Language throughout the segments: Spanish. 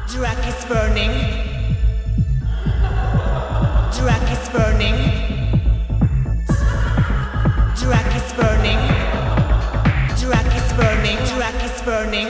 Drag is burning. Drag is burning. Drag is burning. Drag is burning. Drag is burning.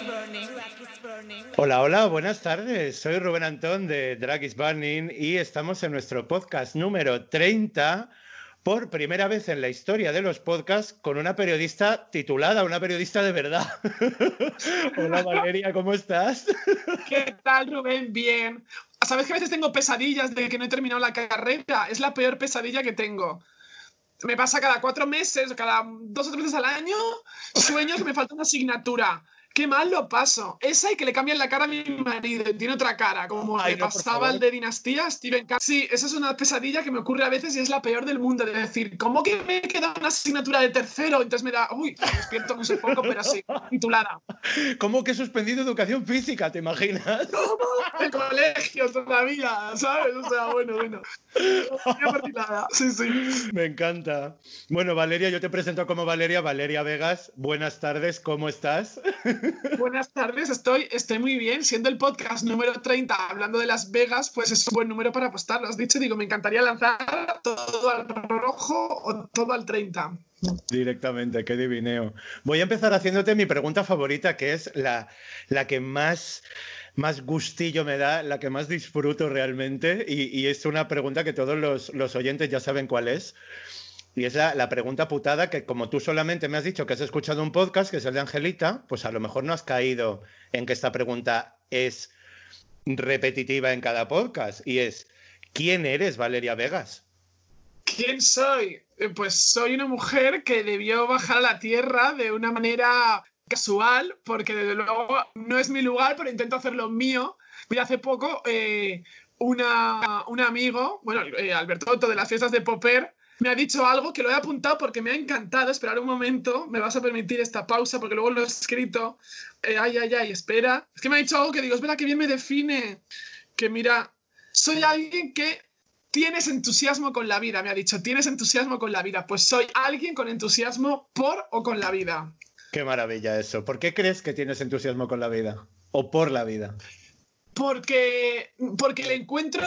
Hola, hola, buenas tardes. Soy Rubén Antón de Drag is Burning y estamos en nuestro podcast número 30, por primera vez en la historia de los podcasts, con una periodista titulada, una periodista de verdad. Hola Valeria, ¿cómo estás? ¿Qué tal, Rubén? Bien. ¿Sabes que a veces tengo pesadillas de que no he terminado la carrera? Es la peor pesadilla que tengo. Me pasa cada 4 meses, cada 2 o 3 veces al año, sueño que me falta una asignatura. Qué mal lo paso. Esa y que le cambian la cara a mi marido y tiene otra cara, como le pasaba al de Dinastía, Steven Cash. Sí, esa es una pesadilla que me ocurre a veces y es la peor del mundo. De decir, ¿cómo que me queda una asignatura de tercero? Entonces me da, me despierto no sé poco, pero sí, titulada. ¿Cómo que he suspendido educación física? ¿Te imaginas? ¿Cómo? El colegio todavía, ¿sabes? O sea, bueno. Sí. Me encanta. Bueno, Valeria, yo te presento como Valeria Vegas. Buenas tardes, ¿cómo estás? Buenas tardes, estoy muy bien. Siendo el podcast número 30 hablando de Las Vegas, pues es un buen número para apostar. Lo has dicho, digo, me encantaría lanzar todo al rojo o todo al 30. Directamente, qué divineo. Voy a empezar haciéndote mi pregunta favorita, que es la que más gustillo me da, la que más disfruto realmente, y es una pregunta que todos los oyentes ya saben cuál es. Y es la pregunta putada que, como tú solamente me has dicho que has escuchado un podcast, que es el de Angelita, pues a lo mejor no has caído en que esta pregunta es repetitiva en cada podcast. Y es, ¿quién eres, Valeria Vegas? ¿Quién soy? Pues soy una mujer que debió bajar a la tierra de una manera casual, porque desde luego no es mi lugar, pero intento hacerlo mío. Mira, hace poco un amigo, Alberto de las fiestas de Popper, me ha dicho algo que lo he apuntado porque me ha encantado. Esperar un momento, me vas a permitir esta pausa porque luego lo he escrito. Espera. Es que me ha dicho algo que digo, espera, que bien me define. Que mira, soy alguien que tienes entusiasmo con la vida, me ha dicho. Tienes entusiasmo con la vida. Pues soy alguien con entusiasmo por o con la vida. Qué maravilla eso. ¿Por qué crees que tienes entusiasmo con la vida? ¿O por la vida? Porque le encuentro...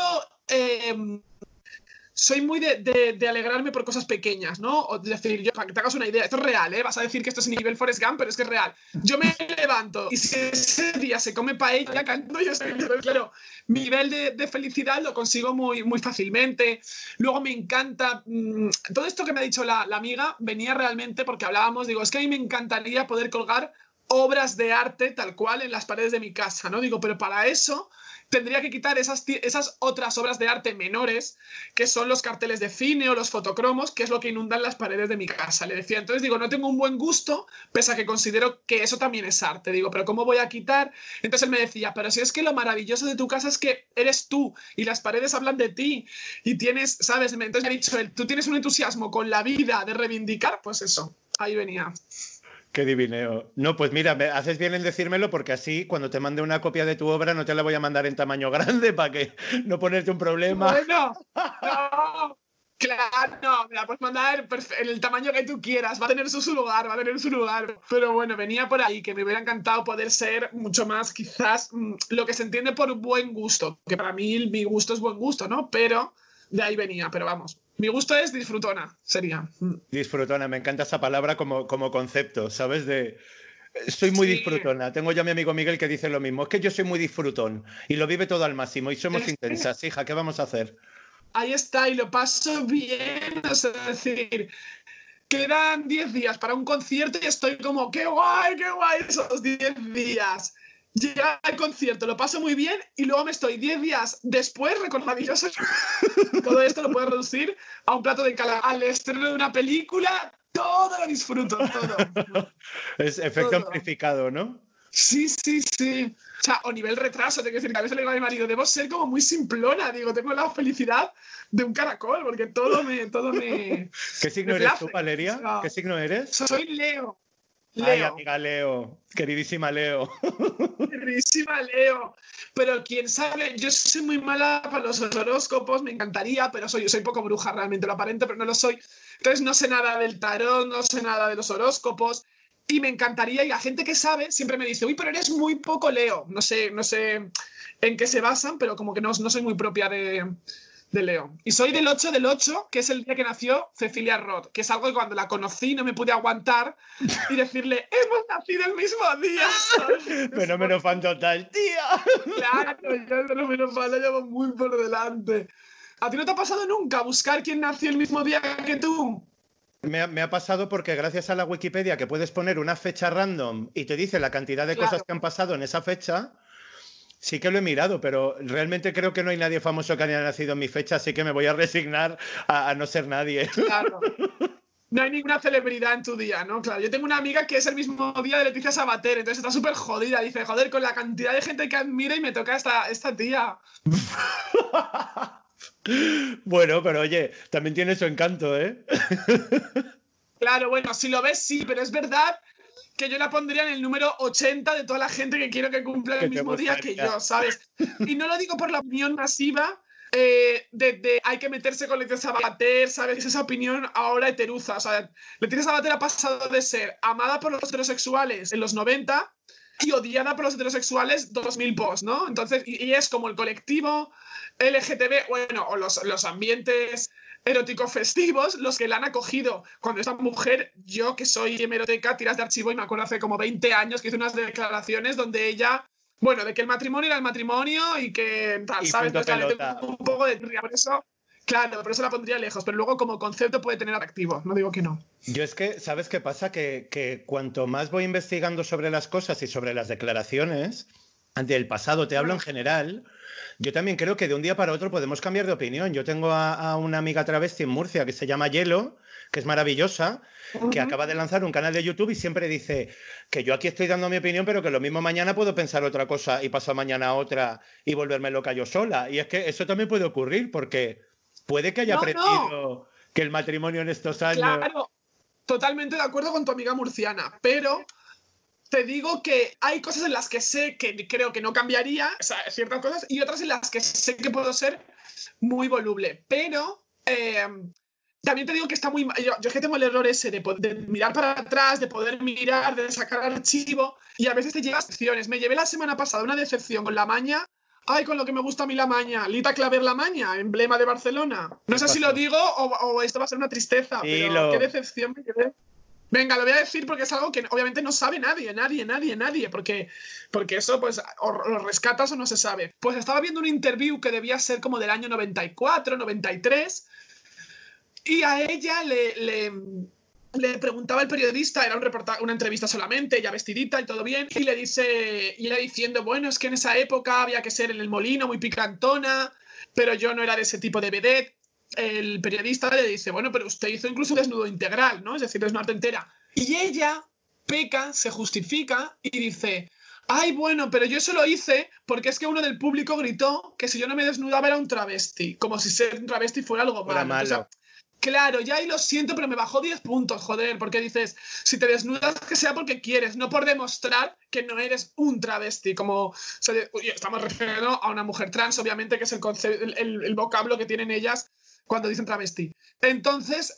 soy muy de alegrarme por cosas pequeñas, ¿no? O decir, yo, para que te hagas una idea, esto es real, ¿eh? Vas a decir que esto es nivel Forrest Gump, pero es que es real. Yo me levanto y si ese día se come paella, canto y estoy, claro, mi nivel de felicidad lo consigo muy, muy fácilmente. Luego me encanta... todo esto que me ha dicho la amiga venía realmente porque hablábamos, digo, es que a mí me encantaría poder colgar obras de arte tal cual en las paredes de mi casa, ¿no? Digo, pero para eso tendría que quitar esas otras obras de arte menores, que son los carteles de cine o los fotocromos, que es lo que inundan las paredes de mi casa. Le decía, entonces digo, no tengo un buen gusto, pese a que considero que eso también es arte. Digo, pero ¿cómo voy a quitar? Entonces él me decía, pero si es que lo maravilloso de tu casa es que eres tú y las paredes hablan de ti y tienes, ¿sabes? Entonces me ha dicho él, tú tienes un entusiasmo con la vida de reivindicar, pues eso, ahí venía. Qué divineo. No, pues mira, me haces bien en decírmelo porque así cuando te mande una copia de tu obra no te la voy a mandar en tamaño grande para que no ponerte un problema. Bueno, no, claro, no, me la puedes mandar en el tamaño que tú quieras, va a tener su lugar. Pero bueno, venía por ahí, que me hubiera encantado poder ser mucho más, quizás, lo que se entiende por buen gusto, que para mí mi gusto es buen gusto, ¿no? Pero de ahí venía, pero vamos. Mi gusto es disfrutona, sería. Disfrutona, me encanta esa palabra como concepto, ¿sabes? Soy muy disfrutona. Tengo ya a mi amigo Miguel que dice lo mismo. Es que yo soy muy disfrutón y lo vive todo al máximo y somos intensas, hija, ¿qué vamos a hacer? Ahí está, y lo paso bien, o sea, es decir, quedan 10 días para un concierto y estoy como, qué guay esos 10 días. Llega al concierto, lo paso muy bien y luego me estoy 10 días después recordadilloso. Todo esto lo puedo reducir a un plato de calamar. Al estreno de una película, todo lo disfruto, todo. Es efecto amplificado, ¿no? Sí. O sea, o nivel retraso, tengo que decir, que a veces le digo a mi marido, debo ser como muy simplona, digo, tengo la felicidad de un caracol, porque todo me ¿Qué signo eres tú, Valeria? O sea, ¿qué signo eres? Soy Leo. Ay, amiga Leo, queridísima Leo. Queridísima Leo. Pero quién sabe, yo soy muy mala para los horóscopos, me encantaría, pero soy poco bruja realmente, lo aparente, pero no lo soy. Entonces no sé nada del tarot, no sé nada de los horóscopos. Y me encantaría, y la gente que sabe siempre me dice, uy, pero eres muy poco Leo. No sé en qué se basan, pero como que no soy muy propia de Leo. Y soy del 8 del 8, que es el día que nació Cecilia Roth, que es algo que cuando la conocí no me pude aguantar y decirle, hemos nacido el mismo día. Fenómeno fan total, tía. Claro, yo el fenómeno fan lo llevo muy por delante. ¿A ti no te ha pasado nunca buscar quién nació el mismo día que tú? Me ha pasado porque gracias a la Wikipedia que puedes poner una fecha random y te dice la cantidad de cosas que han pasado en esa fecha, sí que lo he mirado, pero realmente creo que no hay nadie famoso que haya nacido en mi fecha, así que me voy a resignar a no ser nadie. Claro. No hay ninguna celebridad en tu día, ¿no? Claro, yo tengo una amiga que es el mismo día de Leticia Sabater, entonces está súper jodida. Dice, joder, con la cantidad de gente que admira y me toca esta tía. Bueno, pero oye, también tiene su encanto, ¿eh? Claro, bueno, si lo ves, sí, pero es verdad que yo la pondría en el número 80 de toda la gente que quiero que cumpla el mismo día que yo, ¿sabes? Y no lo digo por la opinión masiva de hay que meterse con Leticia Sabater, ¿sabes? Es esa opinión ahora heteruza. O sea, Leticia Sabater ha pasado de ser amada por los heterosexuales en los 90 y odiada por los heterosexuales 2000 post, ¿no? Entonces, y es como el colectivo LGTB, bueno, o los ambientes eróticos festivos, los que la han acogido. Cuando esta mujer, yo que soy hemeroteca, tiras de archivo y me acuerdo hace como 20 años que hizo unas declaraciones donde ella, bueno, de que el matrimonio era el matrimonio y que tal, y ¿sabes? pelota. Un poco de por eso, claro, por eso la pondría lejos, pero luego como concepto puede tener atractivo, no digo que no. Yo es que, ¿sabes qué pasa? Que cuanto más voy investigando sobre las cosas y sobre las declaraciones del pasado, te hablo en general, yo también creo que de un día para otro podemos cambiar de opinión. Yo tengo a una amiga travesti en Murcia que se llama Yelo, que es maravillosa, que acaba de lanzar un canal de YouTube y siempre dice que yo aquí estoy dando mi opinión, pero que lo mismo mañana puedo pensar otra cosa y pasado mañana otra y volverme loca yo sola. Y es que eso también puede ocurrir porque puede que haya aprendido que el matrimonio en estos años... Claro, totalmente de acuerdo con tu amiga murciana, pero te digo que hay cosas en las que sé que creo que no cambiaría, o sea, ciertas cosas, y otras en las que sé que puedo ser muy voluble, pero también te digo que está muy... Yo es que tengo el error ese de mirar para atrás, de poder mirar, de sacar archivo, y a veces te llevas decepciones. Me llevé la semana pasada una decepción con La Maña. Ay, con lo que me gusta a mí La Maña. Lita Claver La Maña, emblema de Barcelona. No sé si lo digo o esto va a ser una tristeza, pero qué decepción me llevé. Venga, lo voy a decir porque es algo que obviamente no sabe nadie, porque eso pues o lo rescatas o no se sabe. Pues estaba viendo un interview que debía ser como del año 94, 93, y a ella le preguntaba el periodista, era una entrevista solamente, ella vestidita y todo bien, y ella diciendo, bueno, es que en esa época había que ser en el molino, muy picantona, pero yo no era de ese tipo de vedette. El periodista le dice, bueno, pero usted hizo incluso un desnudo integral, ¿no? Es decir, desnudo entera. Y ella peca, se justifica y dice, ay, bueno, pero yo eso lo hice porque es que uno del público gritó que si yo no me desnudaba era un travesti, como si ser un travesti fuera algo malo. O sea, claro, ya ahí lo siento, pero me bajó 10 puntos, joder, porque dices, si te desnudas que sea porque quieres, no por demostrar que no eres un travesti, como, o sea, estamos refiriendo a una mujer trans, obviamente, que es el vocablo que tienen ellas cuando dicen travesti. Entonces,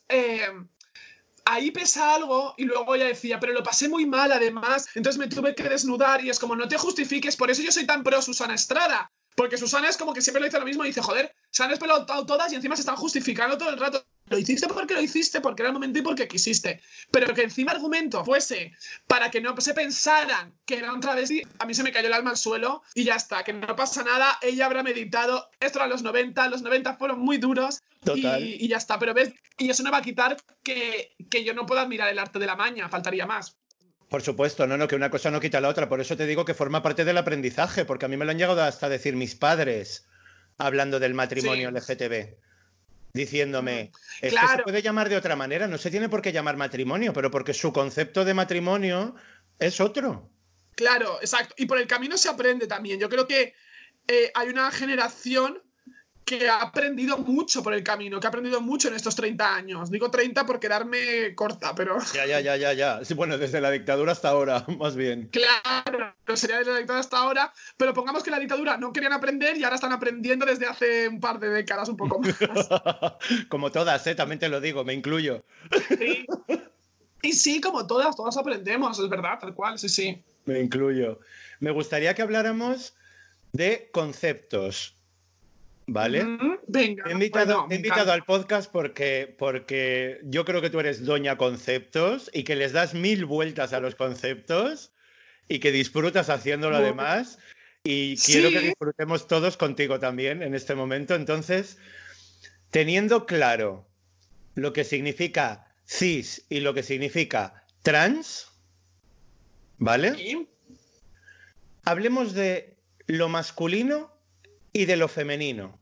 ahí pesa algo y luego ella decía, pero lo pasé muy mal además, entonces me tuve que desnudar y es como, no te justifiques, por eso yo soy tan pro Susana Estrada, porque Susana es como que siempre lo dice lo mismo y dice, joder, se han explotado todas y encima se están justificando todo el rato. Lo hiciste porque lo hiciste, porque era el momento y porque quisiste. Pero que encima argumento fuese para que no se pensaran que era un travesti, a mí se me cayó el alma al suelo y ya está, que no pasa nada, ella habrá meditado, esto era los 90 fueron muy duros. Total. Y ya está, pero ves, y eso no va a quitar que yo no pueda admirar el arte de La Maña, faltaría más. Por supuesto, no, que una cosa no quita la otra, por eso te digo que forma parte del aprendizaje, porque a mí me lo han llegado hasta decir mis padres hablando del matrimonio LGTB. Diciéndome, es que se puede llamar de otra manera, no se tiene por qué llamar matrimonio, pero porque su concepto de matrimonio es otro. Claro, exacto. Y por el camino se aprende también. Yo creo que hay una generación que ha aprendido mucho por el camino, que ha aprendido mucho en estos 30 años. Digo 30 por quedarme corta, pero... Ya. Sí, bueno, desde la dictadura hasta ahora, más bien. Claro, sería desde la dictadura hasta ahora, pero pongamos que la dictadura no querían aprender y ahora están aprendiendo desde hace un par de décadas, un poco más. Como todas, también te lo digo, me incluyo. Sí. Y sí, como todas aprendemos, es verdad, tal cual, sí, sí. Me incluyo. Me gustaría que habláramos de conceptos, ¿vale? Venga, Te he me invitado encanta. al podcast porque yo creo que tú eres doña conceptos y que les das 1000 vueltas a los conceptos y que disfrutas haciéndolo además. Y quiero que Sí, disfrutemos todos contigo también en este momento. Entonces, teniendo claro lo que significa cis y lo que significa trans, ¿vale? sí. Hablemos de lo masculino y de lo femenino.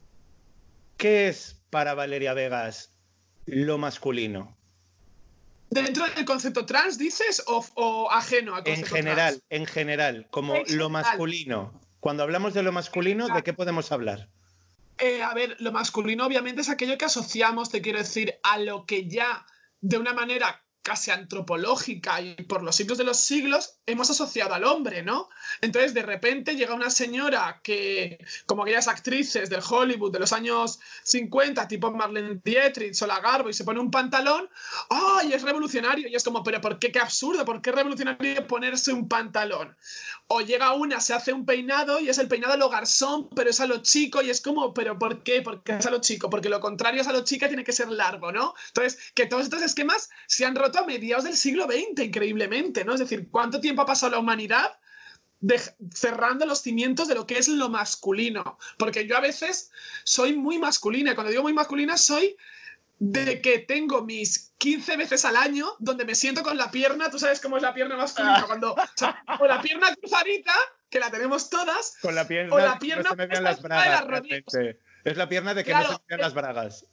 ¿Qué es para Valeria Vegas lo masculino? ¿Dentro del concepto trans dices o ajeno al concepto trans? En general, como En lo general. masculino. Cuando hablamos de lo masculino, ¿de qué podemos hablar? A ver, lo masculino obviamente es aquello que asociamos, te quiero decir, a lo que ya de una manera casi antropológica y por los siglos de los siglos hemos asociado al hombre, ¿no? Entonces de repente llega una señora que, como aquellas actrices del Hollywood de los años 50, tipo Marlene Dietrich o La Garbo, y se pone un pantalón, ¡ay, es revolucionario! Y es como, pero ¿por qué? ¡Qué absurdo! ¿Por qué es revolucionario ponerse un pantalón? O llega una, se hace un peinado y es el peinado a lo garzón, pero es a lo chico y es como, ¿pero por qué? Porque es a lo chico, porque lo contrario es a lo chica, tiene que ser largo, ¿no? Entonces, que todos estos esquemas se han roto a mediados del siglo XX, increíblemente, ¿no? Es decir, ¿cuánto tiempo ha pasado la humanidad cerrando los cimientos de lo que es lo masculino? Porque yo a veces soy muy masculina, y cuando digo muy masculina soy de que tengo mis 15 veces al año donde me siento con la pierna, tú sabes cómo es la pierna masculina, cuando, o sea, o la pierna cruzadita, que la tenemos todas, Con la o pierna la de que no pierna se me vean puesta las encima de bragas, las rodillas. realmente. Es la pierna de que no se Claro, me vean las bragas.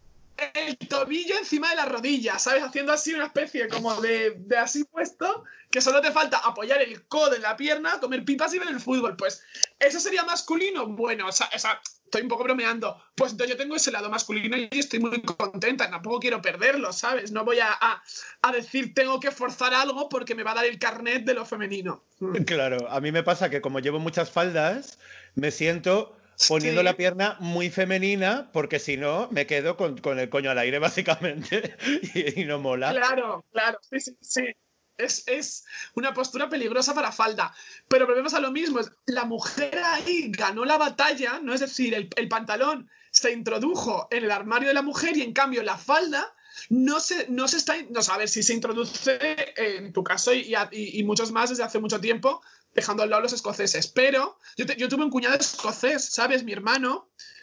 el tobillo encima de la rodilla, ¿sabes? Haciendo así una especie como de así puesto, que solo te falta apoyar el codo en la pierna, comer pipas y ver el fútbol. Pues, ¿eso sería masculino? Bueno, o sea, estoy un poco bromeando. Pues entonces yo tengo ese lado masculino y estoy muy contenta, tampoco quiero perderlo, ¿sabes? No voy a decir tengo que forzar algo porque me va a dar el carnet de lo femenino. Claro, a mí me pasa que como llevo muchas faldas, me siento poniendo Sí. la pierna muy femenina porque si no me quedo con el coño al aire básicamente y no mola. Claro, claro, sí, sí, sí. Es una postura peligrosa para falda. Pero volvemos a lo mismo. La mujer ahí ganó la batalla, ¿no? Es decir, el pantalón se introdujo en el armario de la mujer y en cambio la falda no se está... No sé, a ver si se introduce en tu caso y muchos más desde hace mucho tiempo, dejando al lado los escoceses. Pero yo tuve un cuñado escocés, ¿sabes? Mi hermano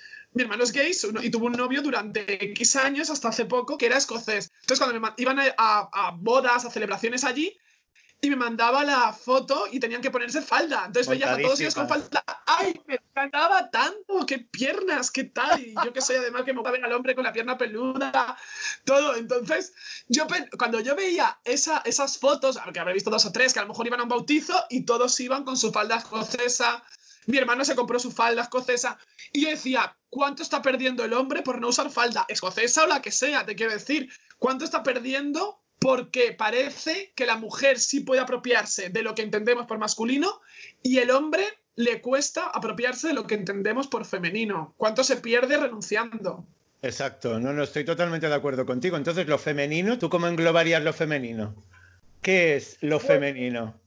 es gay y tuvo un novio durante X años, hasta hace poco, que era escocés. Entonces, cuando iban a bodas, a celebraciones allí, y me mandaba la foto y tenían que ponerse falda. Entonces veías a todos ellos con falda. ¡Ay, me encantaba tanto! ¡Qué piernas! ¿Qué tal? Y yo que soy además que me gusta ver al hombre con la pierna peluda, todo. Entonces, cuando yo veía esas fotos, porque habré visto 2 o 3 que a lo mejor iban a un bautizo y todos iban con su falda escocesa. Mi hermano se compró su falda escocesa y yo decía, ¿cuánto está perdiendo el hombre por no usar falda escocesa o la que sea? Te quiero decir, ¿cuánto está perdiendo porque parece que la mujer sí puede apropiarse de lo que entendemos por masculino y el hombre le cuesta apropiarse de lo que entendemos por femenino? ¿Cuánto se pierde renunciando? Exacto, no, estoy totalmente de acuerdo contigo. Entonces, lo femenino, ¿tú cómo englobarías lo femenino? ¿Qué es lo femenino?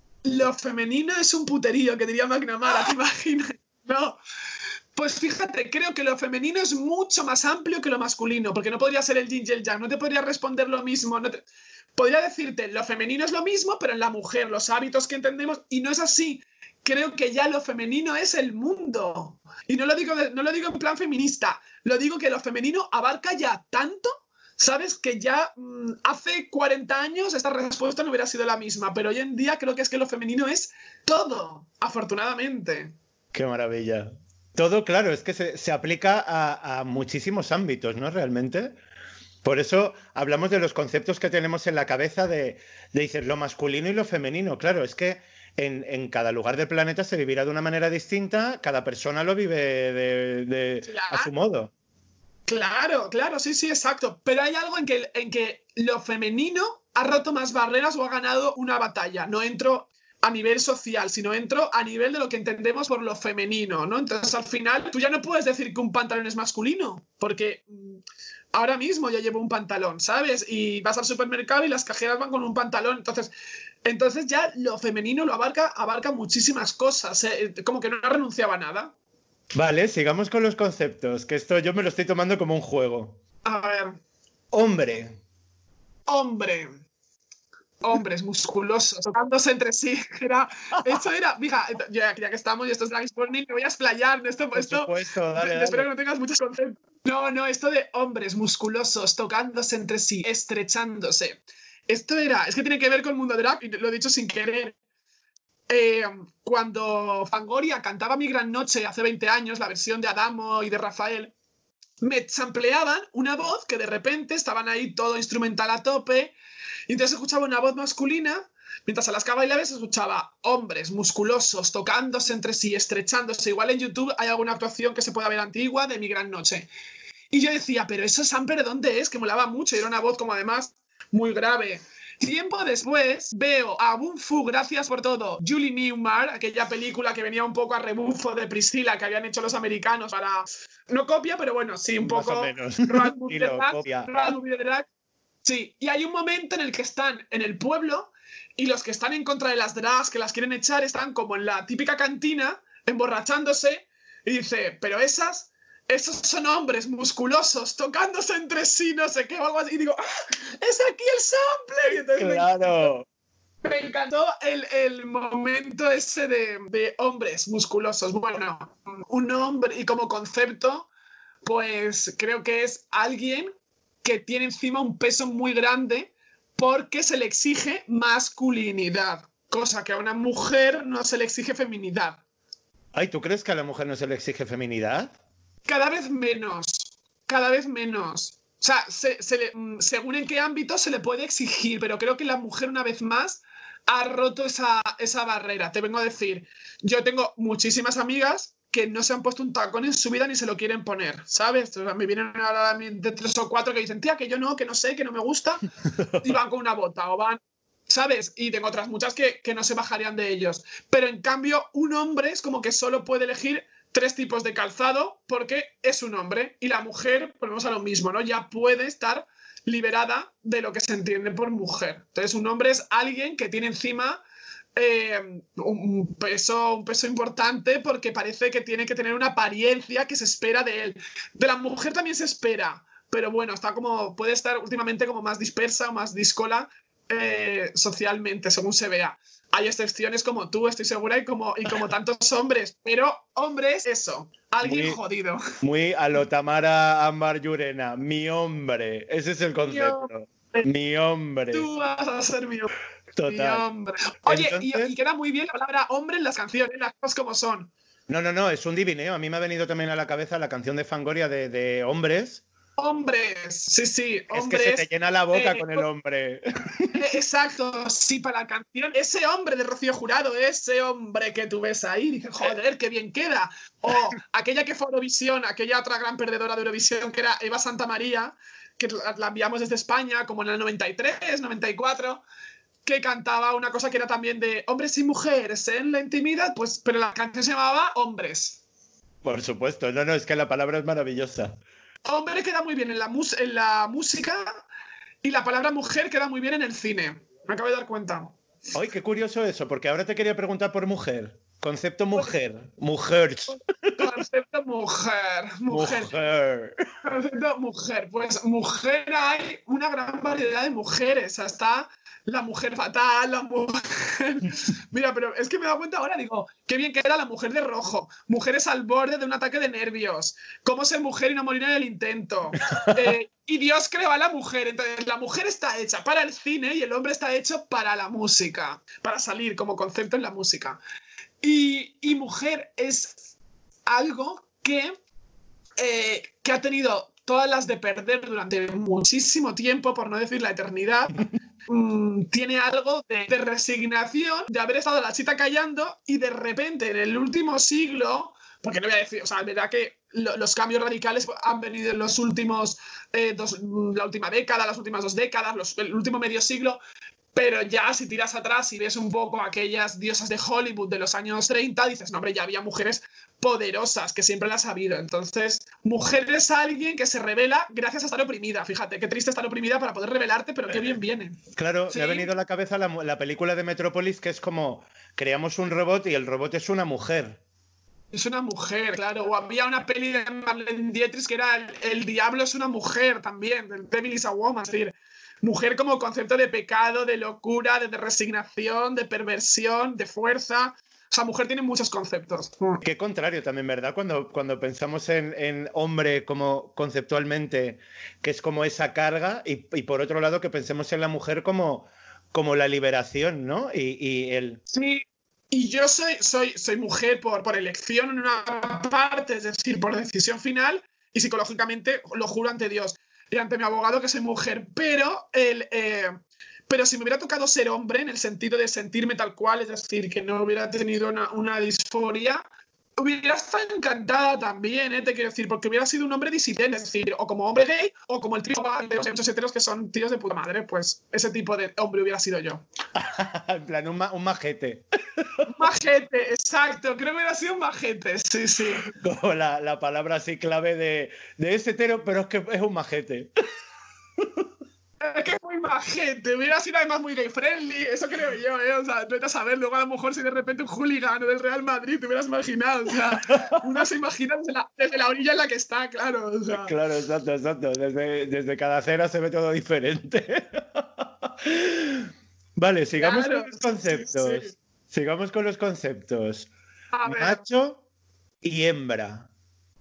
Lo femenino es un puterío, que diría McNamara, ¿te imaginas? No. Pues fíjate, creo que lo femenino es mucho más amplio que lo masculino, porque no podría ser el yin y el yang, no te podría responder lo mismo. Podría decirte, lo femenino es lo mismo, pero en la mujer, los hábitos que entendemos, y no es así. Creo que ya lo femenino es el mundo. Y no lo digo en plan feminista, lo digo que lo femenino abarca ya tanto. Sabes que ya hace 40 años esta respuesta no hubiera sido la misma, pero hoy en día creo que es que lo femenino es todo, afortunadamente. Qué maravilla. Todo, claro, es que se aplica a muchísimos ámbitos, ¿no? Realmente. Por eso hablamos de los conceptos que tenemos en la cabeza de decir lo masculino y lo femenino. Claro, es que en cada lugar del planeta se vivirá de una manera distinta, cada persona lo vive a su modo. Claro, sí, exacto. Pero hay algo en que lo femenino ha roto más barreras o ha ganado una batalla. No entro a nivel social, sino entro a nivel de lo que entendemos por lo femenino, ¿no? Entonces, al final, tú ya no puedes decir que un pantalón es masculino, porque ahora mismo ya llevo un pantalón, ¿sabes? Y vas al supermercado y las cajeras van con un pantalón. Entonces ya lo femenino lo abarca muchísimas cosas. Como que no renunciaba a nada. Vale, sigamos con los conceptos, que esto yo me lo estoy tomando como un juego. A ver. Hombre. Hombres musculosos, tocándose entre sí. Mira, ya que estamos y esto es Drag is Burning, me voy a explayar. Por supuesto, dale. Espero que no tengas muchos conceptos. No, esto de hombres musculosos tocándose entre sí, estrechándose. Es que tiene que ver con el mundo drag, y lo he dicho sin querer. Cuando Fangoria cantaba Mi Gran Noche hace 20 años, la versión de Adamo y de Rafael, me sampleaban una voz que de repente estaban ahí todo instrumental a tope, y entonces escuchaba una voz masculina, mientras a las que bailaba se escuchaba hombres musculosos tocándose entre sí, estrechándose. Igual en YouTube hay alguna actuación que se pueda ver antigua de Mi Gran Noche. Y yo decía, pero ¿eso sample dónde es? Que molaba mucho, y era una voz como además muy grave. Tiempo después veo a Boom Fu, Gracias por Todo, Julie Newmar, aquella película que venía un poco a rebufo de Priscilla que habían hecho los americanos para... No copia, pero bueno, sí, un poco... Más o menos. Road movie de drag. Sí, y hay un momento en el que están en el pueblo y los que están en contra de las drags, que las quieren echar, están como en la típica cantina, emborrachándose, y dice, pero esos son hombres musculosos tocándose entre sí, no sé qué, o algo así. Y digo, ¡ah! ¡Es aquí el sample! Y entonces ¡Claro! me encantó el momento ese de hombres musculosos. Bueno, un hombre, y como concepto, pues creo que es alguien que tiene encima un peso muy grande porque se le exige masculinidad, cosa que a una mujer no se le exige feminidad. Ay, ¿tú crees que a la mujer no se le exige feminidad? Cada vez menos. O sea, según en qué ámbito se le puede exigir, pero creo que la mujer una vez más ha roto esa barrera. Te vengo a decir, yo tengo muchísimas amigas que no se han puesto un tacón en su vida ni se lo quieren poner, ¿sabes? O sea, me vienen ahora de 3 o 4 que dicen, tía, que yo no, que no sé, que no me gusta, y van con una bota o van, ¿sabes? Y tengo otras muchas que no se bajarían de ellos. Pero en cambio, un hombre es como que solo puede elegir 3 tipos de calzado porque es un hombre, y la mujer, volvemos a lo mismo, ¿no? Ya puede estar liberada de lo que se entiende por mujer. Entonces, un hombre es alguien que tiene encima un peso importante porque parece que tiene que tener una apariencia que se espera de él. De la mujer también se espera, pero bueno, puede estar últimamente como más dispersa o más díscola socialmente, según se vea. Hay excepciones como tú, estoy segura, y como tantos hombres, pero hombres, eso, alguien muy jodido. Muy a lo Tamara Ámbar Llurena, mi hombre, ese es el concepto. Mi hombre. Tú vas a ser mi hombre. Total. Mi hombre. Oye, Entonces... y queda muy bien la palabra hombre en las canciones, las cosas como son. No, es un divineo. A mí me ha venido también a la cabeza la canción de Fangoria de hombres. Hombres, sí, hombres. Es que se te llena la boca con el hombre. Exacto, sí, para la canción. Ese hombre de Rocío Jurado, ese hombre que tú ves ahí, dices, joder, qué bien queda. O aquella que fue Eurovisión, aquella otra gran perdedora de Eurovisión, que era Eva Santamaría, que la enviamos desde España, como en el 93, 94, que cantaba una cosa que era también de hombres y mujeres en la intimidad, pues, pero la canción se llamaba Hombres. Por supuesto, no, es que la palabra es maravillosa. Hombre queda muy bien en la música, y la palabra mujer queda muy bien en el cine. Me acabo de dar cuenta. Ay, qué curioso eso, porque ahora te quería preguntar por mujer. Concepto mujer. Mujeres. Concepto mujer. Concepto mujer. Pues mujer, hay una gran variedad de mujeres. Hasta la mujer fatal, la mujer... Mira, pero es que me he dado cuenta ahora, digo, qué bien que era la mujer de rojo. Mujeres al borde de un ataque de nervios. Cómo ser mujer y no morir en el intento. Y Dios creó a la mujer. Entonces, la mujer está hecha para el cine y el hombre está hecho para la música. Para salir como concepto en la música. Y mujer es algo que ha tenido todas las de perder durante muchísimo tiempo, por no decir la eternidad. Tiene algo de resignación, de haber estado la chita callando, y de repente en el último siglo, porque no voy a decir, o sea, es verdad que los cambios radicales han venido en los últimos la última década, las últimas 2 décadas, el último medio siglo, Pero ya si tiras atrás y ves un poco aquellas diosas de Hollywood de los años 30, dices, no, hombre, ya había mujeres poderosas, que siempre las ha habido. Entonces, mujer es alguien que se revela gracias a estar oprimida. Fíjate, qué triste estar oprimida para poder revelarte, pero qué bien viene. Claro, Sí. me ha venido a la cabeza la película de Metrópolis, que es como, creamos un robot y el robot es una mujer. Es una mujer, claro. O había una peli de Marlene Dietrich que era el diablo es una mujer también, del Devil is a Woman. Es decir, mujer como concepto de pecado, de locura, de resignación, de perversión, de fuerza. O sea, mujer tiene muchos conceptos. Qué contrario también, ¿verdad? Cuando pensamos en hombre como conceptualmente, que es como esa carga, y por otro lado que pensemos en la mujer como la liberación, ¿no? Y el... Sí, y yo soy mujer por elección en una parte, es decir, por decisión final, y psicológicamente lo juro ante Dios y ante mi abogado que soy mujer, pero si me hubiera tocado ser hombre en el sentido de sentirme tal cual, es decir, que no hubiera tenido una disforia, hubiera estado encantada también, te quiero decir, porque hubiera sido un hombre disidente, es decir, o como hombre gay, o como el tío de los muchos heteros que son tíos de puta madre, pues ese tipo de hombre hubiera sido yo. En plan, un majete. Un majete, exacto, creo que hubiera sido un majete, sí, sí. Como la palabra así clave de ese hetero, pero es que es un majete. Es que es muy majete, hubiera sido además muy gay friendly, eso creo yo, o sea, vete a saber, luego a lo mejor si de repente un hooligan del Real Madrid te hubieras imaginado, o sea, uno se imagina desde la orilla en la que está, claro, o sea. Claro, exacto, desde cada acera se ve todo diferente. Vale, sigamos Claro, con los conceptos. sí. Sigamos con los conceptos. A ver, Macho y hembra.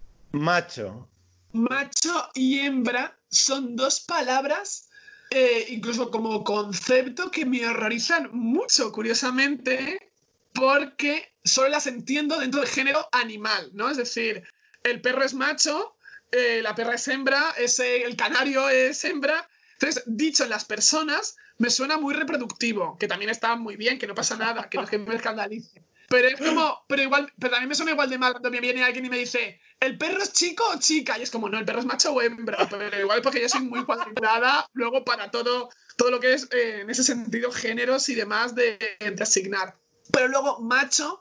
Macho. macho y hembra son dos palabras, incluso como concepto, que me horrorizan mucho, curiosamente, porque solo las entiendo dentro del género animal, ¿no? Es decir, el perro es macho, la perra es hembra, el canario es hembra. Entonces, dicho en las personas, me suena muy reproductivo, que también está muy bien, que no pasa nada, que no es que me escandalice. Pero es como, pero también me suena igual de mal cuando me viene alguien y me dice, ¿el perro es chico o chica? Y es como, no, el perro es macho o hembra. Pero igual porque yo soy muy cuadriculada luego para todo lo que es, en ese sentido, géneros y demás de asignar. Pero luego, macho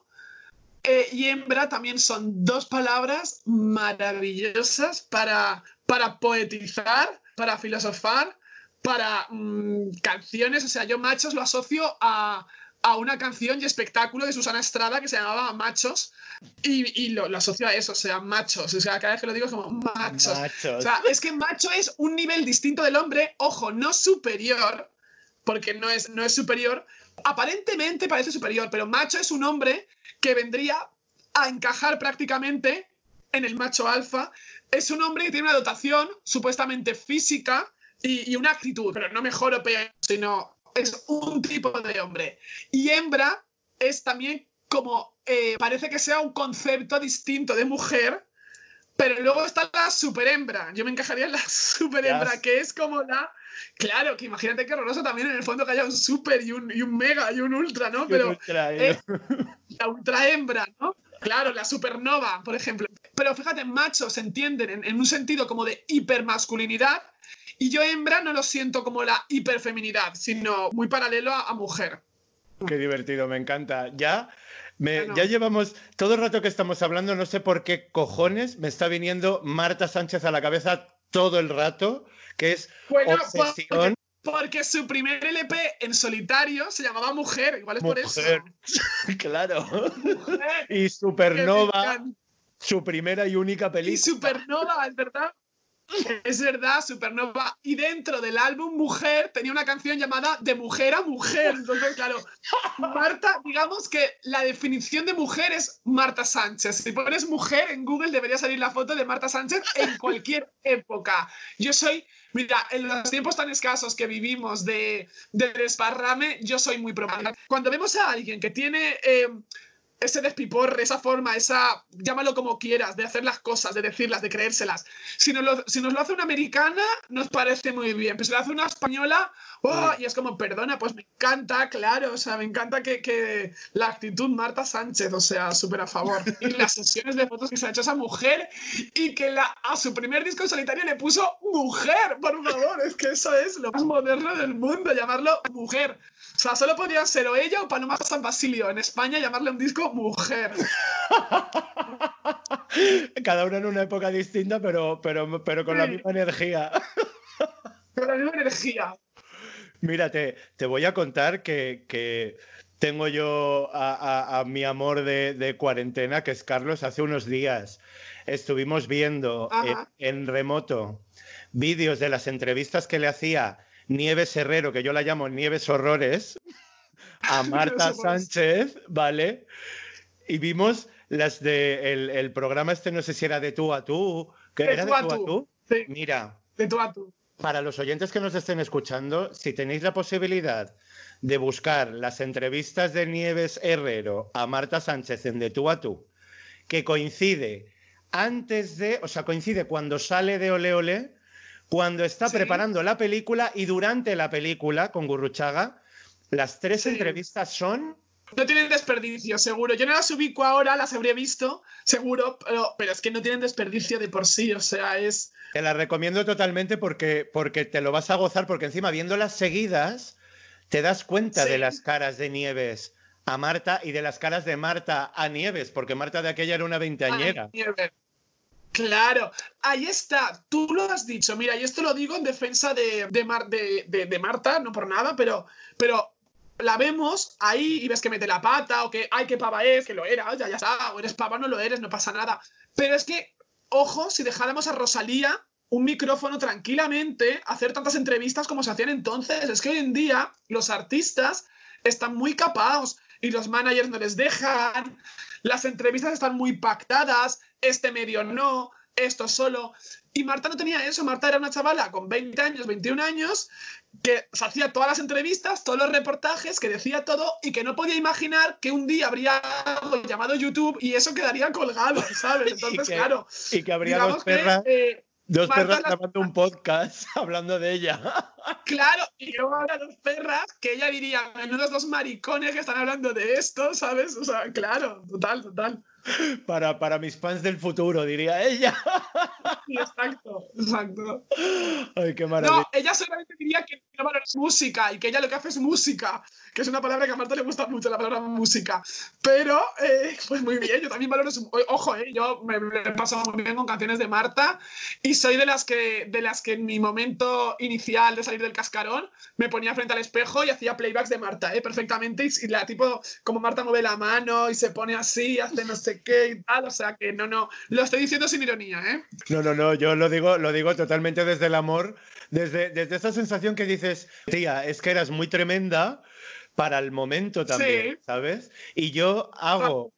y hembra también son dos palabras maravillosas para poetizar, para filosofar, para canciones. O sea, yo machos lo asocio a una canción y espectáculo de Susana Estrada que se llamaba Machos y lo asocio a eso, o sea, machos, o sea, cada vez que lo digo es como machos. O sea, es que macho es un nivel distinto del hombre, ojo, no superior, porque no es superior, aparentemente parece superior, pero macho es un hombre que vendría a encajar prácticamente en el macho alfa, es un hombre que tiene una dotación supuestamente física y una actitud, pero no mejor o peor, sino es un tipo de hombre. Y hembra es también como, parece que sea un concepto distinto de mujer, pero luego está la superhembra. Yo me encajaría en la superhembra, yes. Que es como la... Claro, que imagínate qué horroroso también en el fondo que haya un super y un mega y un ultra, ¿no? Pero es la ultra hembra, ¿no? Claro, la supernova, por ejemplo. Pero fíjate, machos se entienden en un sentido como de hipermasculinidad, y yo hembra no lo siento como la hiperfeminidad, sino muy paralelo a mujer. Qué divertido, me encanta. Ya llevamos todo el rato que estamos hablando, no sé por qué cojones me está viniendo Marta Sánchez a la cabeza todo el rato, que es obsesión. Porque su primer LP en solitario se llamaba Mujer, igual es por eso. Claro. Mujer. Y Supernova, su primera y única película. Y Supernova, es verdad. Es verdad, Supernova. Y dentro del álbum Mujer tenía una canción llamada De Mujer a Mujer. Entonces, claro, Marta, digamos que la definición de mujer es Marta Sánchez. Si pones mujer en Google debería salir la foto de Marta Sánchez en cualquier época. Yo soy, mira, en los tiempos tan escasos que vivimos de desparrame, yo soy muy probable. Cuando vemos a alguien que tiene ese despiporre, esa forma, llámalo como quieras, de hacer las cosas, de decirlas, de creérselas. Si nos lo hace una americana, nos parece muy bien, pero si lo hace una española, y es como, perdona, pues me encanta, claro, o sea, me encanta que la actitud Marta Sánchez, o sea, súper a favor. Y las sesiones de fotos que se ha hecho esa mujer y que a su primer disco en solitario le puso mujer, por favor, es que eso es lo más moderno del mundo, llamarlo mujer. O sea, solo podría ser o ella o Paloma San Basilio en España llamarle a un disco mujer. Cada uno en una época distinta, pero con la misma energía. Con la misma energía. Mira, te voy a contar que tengo yo a mi amor de cuarentena, que es Carlos. Hace unos días estuvimos viendo en remoto vídeos de las entrevistas que le hacía Nieves Herrero, que yo la llamo Nieves Horrores, a Marta Sánchez, ¿vale? Y vimos las el programa no sé si era de tú a tú. ¿Era de tú a tú? Sí. Mira. De tú a tú. Para los oyentes que nos estén escuchando, si tenéis la posibilidad de buscar las entrevistas de Nieves Herrero a Marta Sánchez en De tú a tú, que coincide coincide cuando sale de Ole Ole, cuando está preparando la película y durante la película con Gurruchaga, las 3 entrevistas son... No tienen desperdicio, seguro. Yo no las ubico ahora, las habría visto, seguro, pero es que no tienen desperdicio de por sí, o sea, es... Te las recomiendo totalmente porque te lo vas a gozar, porque encima viéndolas seguidas te das cuenta de las caras de Nieves a Marta y de las caras de Marta a Nieves, porque Marta de aquella era una veinteañera. Claro, ahí está, tú lo has dicho. Mira, y esto lo digo en defensa de Marta, no por nada, pero la vemos ahí y ves que mete la pata o que, ay, qué pava es, que lo era, ya está, o eres pava, no lo eres, no pasa nada. Pero es que, ojo, si dejáramos a Rosalía un micrófono tranquilamente, hacer tantas entrevistas como se hacían entonces, es que hoy en día los artistas están muy capados y los managers no les dejan, las entrevistas están muy pactadas, este medio no, esto solo. Y Marta no tenía eso, Marta era una chavala con 20 años, 21 años, que se hacía todas las entrevistas, todos los reportajes, que decía todo y que no podía imaginar que un día habría algo llamado YouTube y eso quedaría colgado, ¿sabes? Entonces, claro. Y que habría dos perras. Dos perras grabando un podcast hablando de ella. Claro, y luego habrá 2 perras que ella diría, menudos 2 maricones que están hablando de esto, ¿sabes? O sea, claro, total. Para mis fans del futuro, diría ella. Sí, exacto. Ay, qué maravilla. No, ella solamente diría que no valora música y que ella lo que hace es música, que es una palabra que a Marta le gusta mucho, la palabra música. Pero, pues muy bien, yo también valoro su... Ojo, yo me paso muy bien con canciones de Marta y soy de las que en mi momento inicial de salir del cascarón me ponía frente al espejo y hacía playbacks de Marta, perfectamente, y la tipo, como Marta mueve la mano y se pone así, hace no sé qué y tal, o sea que no, lo estoy diciendo sin ironía, No, yo lo digo totalmente desde el amor, desde esa sensación que dices, tía, es que eras muy tremenda para el momento también, ¿sabes? Y yo hago...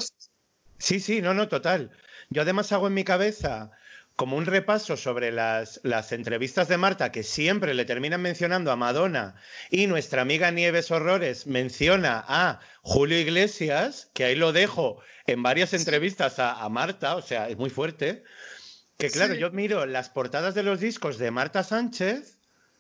Sí, no, total. Yo además hago en mi cabeza como un repaso sobre las entrevistas de Marta, que siempre le terminan mencionando a Madonna, y nuestra amiga Nieves Horrores menciona a Julio Iglesias, que ahí lo dejo en varias entrevistas a Marta, o sea, es muy fuerte, que claro, yo miro las portadas de los discos de Marta Sánchez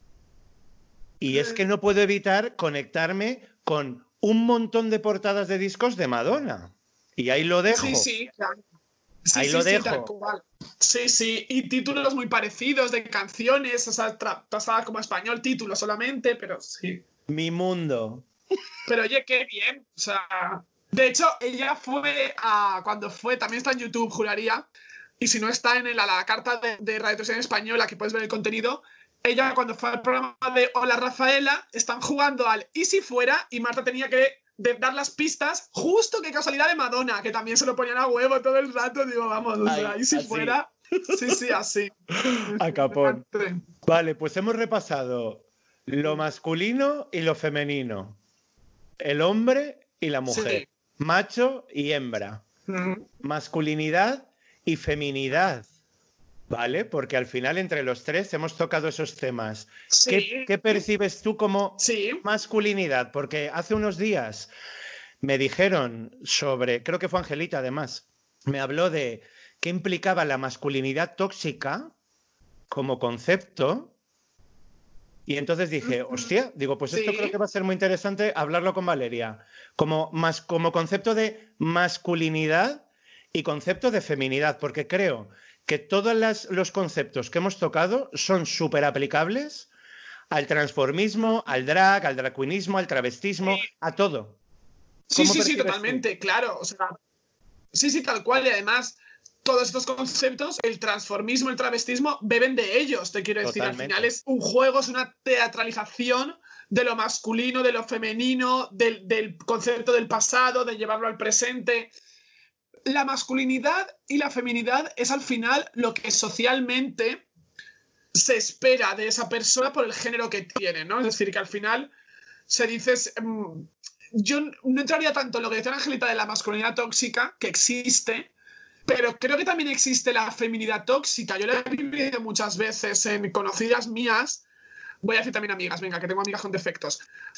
y es que no puedo evitar conectarme con un montón de portadas de discos de Madonna. Y ahí lo dejo. Sí, claro. Ahí lo dejo. Tal cual. Sí, y títulos muy parecidos de canciones, o sea, pasada como español, título solamente, pero sí. Mi mundo. Pero oye, qué bien, o sea... De hecho, ella cuando fue, también está en YouTube, juraría, y si no está en la carta de Radio Televisión Española, que puedes ver el contenido, ella cuando fue al programa de Hola Rafaela, están jugando al ¿y si fuera? Y Marta tenía que dar las pistas, justo que casualidad de Madonna, que también se lo ponían a huevo todo el rato, digo, vamos, o sea, ¿y si así fuera? Sí, así. A capón. Vale, pues hemos repasado lo masculino y lo femenino, el hombre y la mujer, macho y hembra, masculinidad y feminidad, ¿vale? Porque al final entre los 3 hemos tocado esos temas. ¿Qué percibes tú como masculinidad? Porque hace unos días me dijeron sobre, creo que fue Angelita además, me habló de qué implicaba la masculinidad tóxica como concepto. Y entonces dije, hostia, digo, pues esto creo que va a ser muy interesante hablarlo con Valeria. Como concepto de masculinidad y concepto de feminidad, porque creo que todos los conceptos que hemos tocado son súper aplicables al transformismo, al drag queenismo, al travestismo, a todo. Sí, totalmente, claro. O sea, sí, tal cual. Y además, todos estos conceptos, el transformismo, el travestismo, beben de ellos. Te quiero decir, Totalmente. al final es un juego, es una teatralización de lo masculino, de lo femenino, del concepto del pasado, de llevarlo al presente. La masculinidad y la feminidad es al final lo que socialmente se espera de esa persona por el género que tiene, ¿no? Es decir, que al final se dice... yo no entraría tanto en lo que decía Angelita de la masculinidad tóxica, que existe, pero creo que también existe la feminidad tóxica. Yo la he vivido muchas veces en conocidas mías, voy a decir también amigas, venga, que tengo amigas con defectos,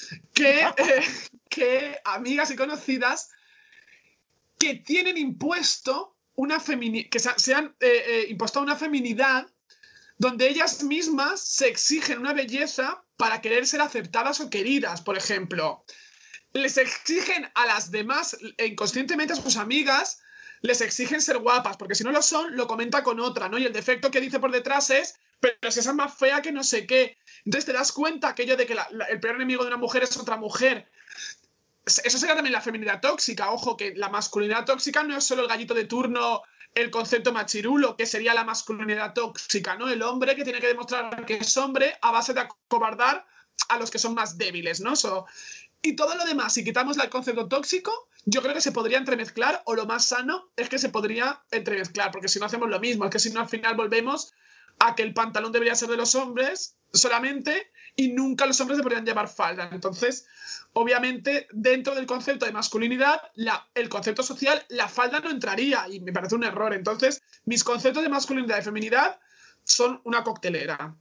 que amigas y conocidas que tienen impuesto que se han impuesto una feminidad donde ellas mismas se exigen una belleza para querer ser aceptadas o queridas, por ejemplo. Les exigen a las demás, inconscientemente a sus amigas, les exigen ser guapas, porque si no lo son, lo comenta con otra, ¿no? Y el defecto que dice por detrás es, pero si esa es más fea que no sé qué. Entonces te das cuenta aquello de que el peor enemigo de una mujer es otra mujer. Eso sería también la feminidad tóxica. Ojo, que la masculinidad tóxica no es solo el gallito de turno, el concepto machirulo, que sería la masculinidad tóxica, ¿no? El hombre que tiene que demostrar que es hombre a base de acobardar a los que son más débiles, ¿no? Y todo lo demás, si quitamos el concepto tóxico, yo creo que se podría entremezclar, o lo más sano es que se podría entremezclar, porque si no hacemos lo mismo, es que si no al final volvemos a que el pantalón debería ser de los hombres solamente y nunca los hombres deberían llevar falda. Entonces, obviamente, dentro del concepto de masculinidad, el concepto social, la falda no entraría y me parece un error. Entonces, mis conceptos de masculinidad y feminidad son una coctelera.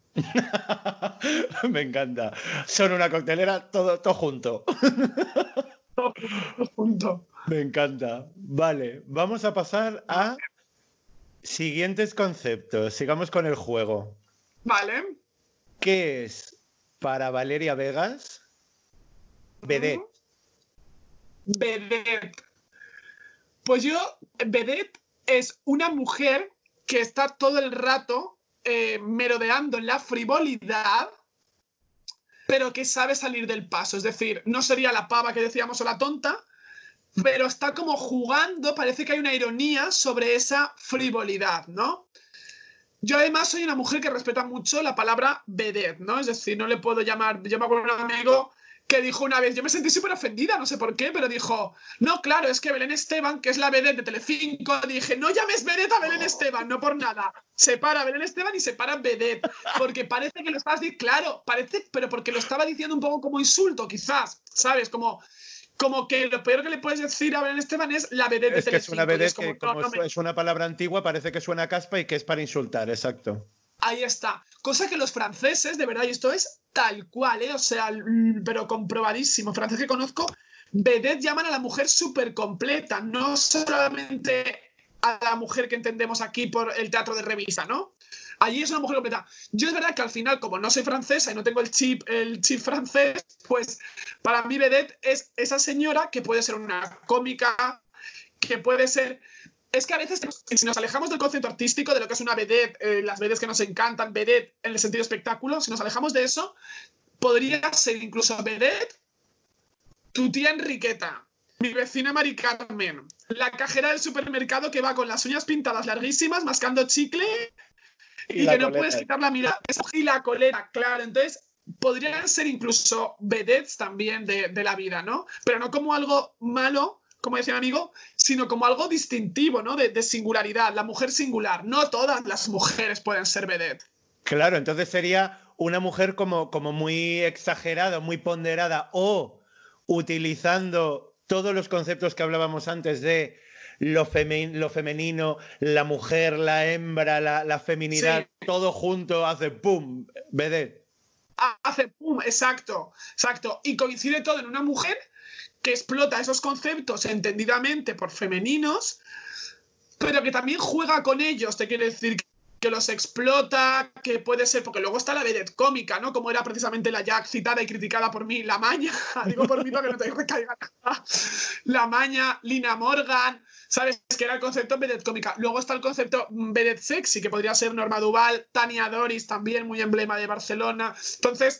Me encanta. Son una coctelera todo junto. Todo junto. Me encanta. Vale, vamos a pasar a siguientes conceptos. Sigamos con el juego. Vale. ¿Qué es para Valeria Vegas vedette? Vedette. Pues vedette es una mujer que está todo el rato merodeando en la frivolidad, pero que sabe salir del paso. Es decir, no sería la pava que decíamos o la tonta, pero está como jugando, parece que hay una ironía sobre esa frivolidad, ¿no? Yo además soy una mujer que respeta mucho la palabra vedette, ¿no? Es decir, no le puedo llamar... Yo me acuerdo de un amigo que dijo una vez, yo me sentí súper ofendida, no sé por qué, pero dijo, no, claro, es que Belén Esteban, que es la vedette de Telecinco, dije, no llames vedette a Belén Esteban, no por nada. Separa Belén Esteban y separa vedette, porque parece que lo estás diciendo, claro, parece, pero porque lo estaba diciendo un poco como insulto, quizás, ¿sabes? Como que lo peor que le puedes decir a Belén Esteban es la vedette de Telecinco. Es una vedette que como no, es una palabra antigua, parece que suena a caspa y que es para insultar, exacto. Ahí está. Cosa que los franceses, de verdad, y esto es tal cual, o sea, pero comprobadísimo. Francés que conozco, vedette llaman a la mujer súper completa, no solamente a la mujer que entendemos aquí por el teatro de revista, ¿no? Allí es una mujer completa. Yo es verdad que al final, como no soy francesa y no tengo el chip francés, pues para mí vedette es esa señora que puede ser una cómica, que puede ser... Es que a veces, si nos alejamos del concepto artístico, de lo que es una vedette, las vedettes que nos encantan, vedette en el sentido espectáculo, si nos alejamos de eso, podría ser incluso vedette tu tía Enriqueta, mi vecina Mari Carmen, la cajera del supermercado que va con las uñas pintadas larguísimas, mascando chicle y que no puedes quitar la mirada. Y la colera, claro. Entonces, podrían ser incluso vedettes también de la vida, ¿no? Pero no como algo malo, como decía mi amigo, sino como algo distintivo, ¿no? De singularidad, la mujer singular. No todas las mujeres pueden ser vedette. Claro, entonces sería una mujer como muy exagerada, muy ponderada, o utilizando todos los conceptos que hablábamos antes de lo femenino, la mujer, la hembra, la feminidad, sí. Todo junto hace ¡pum! Vedette. Hace ¡pum! Exacto. Y coincide todo en una mujer que explota esos conceptos entendidamente por femeninos, pero que también juega con ellos, te quiere decir que los explota, que puede ser, porque luego está la vedette cómica, ¿no? Como era precisamente la ya citada y criticada por mí, La Maña, digo por mí para que no te recaiga nada. La Maña, Lina Morgan, ¿sabes? Que era el concepto vedette cómica. Luego está el concepto vedette sexy, que podría ser Norma Duval, Tania Doris, también muy emblema de Barcelona. Entonces,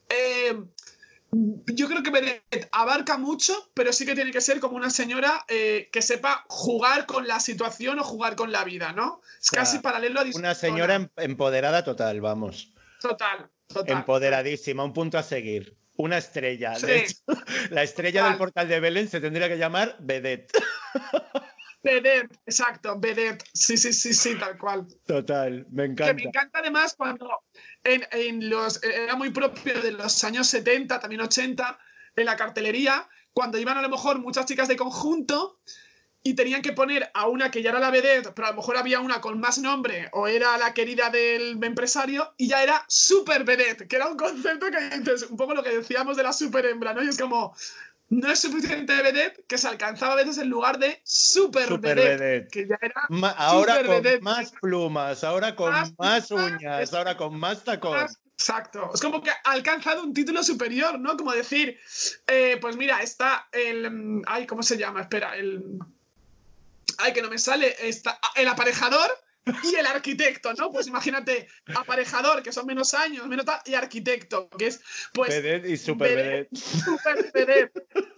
yo creo que vedette abarca mucho, pero sí que tiene que ser como una señora que sepa jugar con la situación o jugar con la vida, ¿no? Es casi paralelo a una señora empoderada total, vamos. Total. Empoderadísima, un punto a seguir. Una estrella. Sí. De hecho, la estrella del Portal de Belén se tendría que llamar vedette. Vedette, exacto, vedette. Sí, tal cual. Total, me encanta. Que me encanta además cuando era muy propio de los años 70, también 80, en la cartelería, cuando iban a lo mejor muchas chicas de conjunto y tenían que poner a una que ya era la vedette, pero a lo mejor había una con más nombre o era la querida del empresario y ya era super vedette, que era un concepto que es un poco lo que decíamos de la super hembra, ¿no? Y es como, no es suficiente vedette, que se alcanzaba a veces en lugar de super vedette, que ya era ahora super con vedette. más plumas, ahora con más uñas, ahora con más tacón. Exacto. Es como que ha alcanzado un título superior, ¿no? Como decir, pues mira, está el... Ay, ¿cómo se llama? Espera, Ay, que no me sale. Está el aparejador y el arquitecto, ¿no? Pues imagínate, aparejador, que son menos años, menos tal, y arquitecto, que es, pues... Vedette y super vedette. Super vedette.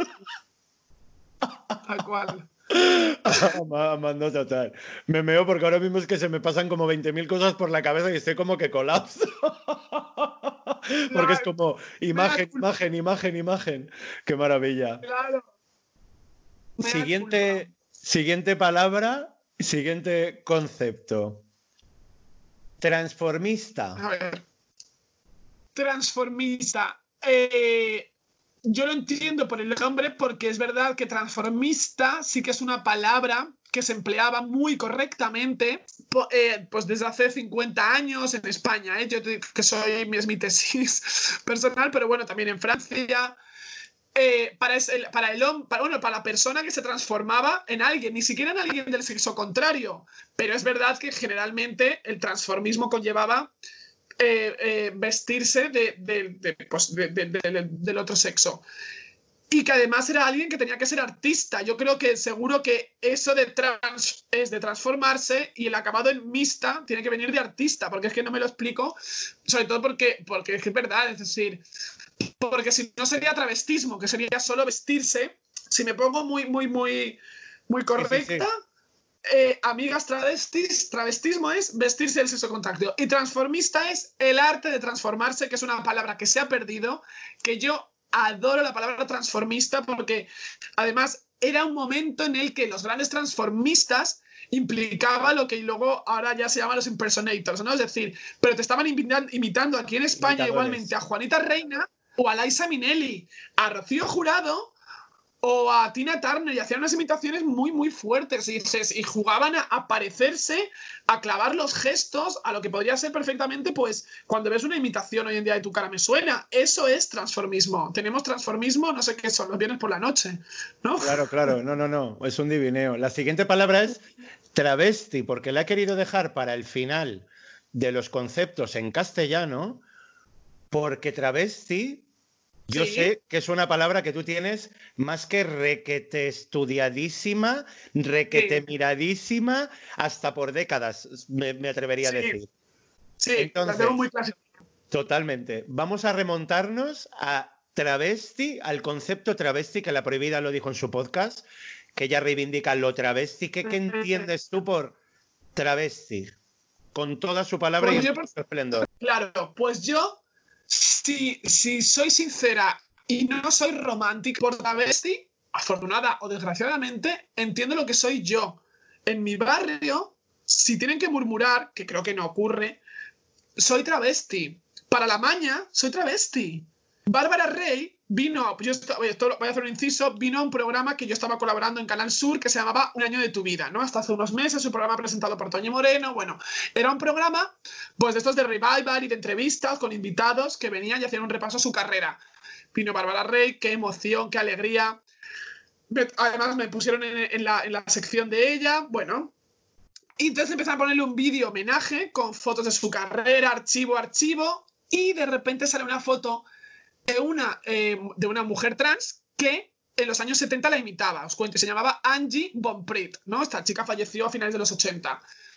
Tal cual. Amando total. Me meo porque ahora mismo es que se me pasan como 20.000 cosas por la cabeza y estoy como que colapso. Porque es como imagen. Qué maravilla. Claro. Siguiente palabra, siguiente concepto. Transformista. A ver. Transformista. Yo lo entiendo por el nombre porque es verdad que transformista sí que es una palabra que se empleaba muy correctamente pues desde hace 50 años en España. Yo te digo que es mi tesis personal, pero bueno, también en Francia. Para la persona que se transformaba en alguien, ni siquiera en alguien del sexo contrario. Pero es verdad que generalmente el transformismo conllevaba vestirse del otro sexo. Y que además era alguien que tenía que ser artista. Yo creo que seguro que eso de trans es de transformarse y el acabado en mista tiene que venir de artista, porque es que no me lo explico, sobre todo porque es que es verdad, es decir, porque si no sería travestismo, que sería solo vestirse. Si me pongo muy correcta, amigas travestismo es vestirse del sexo contrario. Y transformista es el arte de transformarse, que es una palabra que se ha perdido, que yo adoro la palabra transformista porque además era un momento en el que los grandes transformistas implicaba lo que luego ahora ya se llama los impersonators, ¿no? Es decir, pero te estaban imitando aquí en España igualmente a Juanita Reina o a Liza Minnelli, a Rocío Jurado o a Tina Turner, y hacían unas imitaciones muy fuertes y jugaban a parecerse, a clavar los gestos a lo que podría ser perfectamente, pues, cuando ves una imitación hoy en día de Tu cara me suena. Eso es transformismo. Tenemos transformismo, no sé qué son, los viernes por la noche, ¿no? Claro, no, es un divineo. La siguiente palabra es travesti, porque la he querido dejar para el final de los conceptos en castellano, porque travesti... Yo sé que es una palabra que tú tienes más que requete estudiadísima, requete miradísima, hasta por décadas, me atrevería a decir. Sí, entonces, la tengo muy clásica. Totalmente. Vamos a remontarnos a travesti, al concepto travesti, que La Prohibida lo dijo en su podcast, que ella reivindica lo travesti. ¿Qué entiendes tú por travesti? Con toda su palabra y su esplendor. Claro, pues yo... Si soy sincera y no soy romántica por travesti, afortunada o desgraciadamente, entiendo lo que soy yo. En mi barrio, si tienen que murmurar, que creo que no ocurre, soy travesti. Para La Maña, soy travesti. Bárbara Rey vino, voy a hacer un inciso, vino a un programa que yo estaba colaborando en Canal Sur que se llamaba Un año de tu vida, ¿no? Hasta hace unos meses, un programa presentado por Toñi Moreno, bueno, era un programa pues de estos de revival y de entrevistas con invitados que venían y hacían un repaso a su carrera. Vino Bárbara Rey, qué emoción, qué alegría. Además me pusieron en la sección de ella, bueno. Y entonces empezaron a ponerle un vídeo homenaje con fotos de su carrera, archivo, y de repente sale una foto de una mujer trans que en los años 70 la imitaba. Os cuento, se llamaba Angie Bonprit, ¿no? Esta chica falleció a finales de los 80.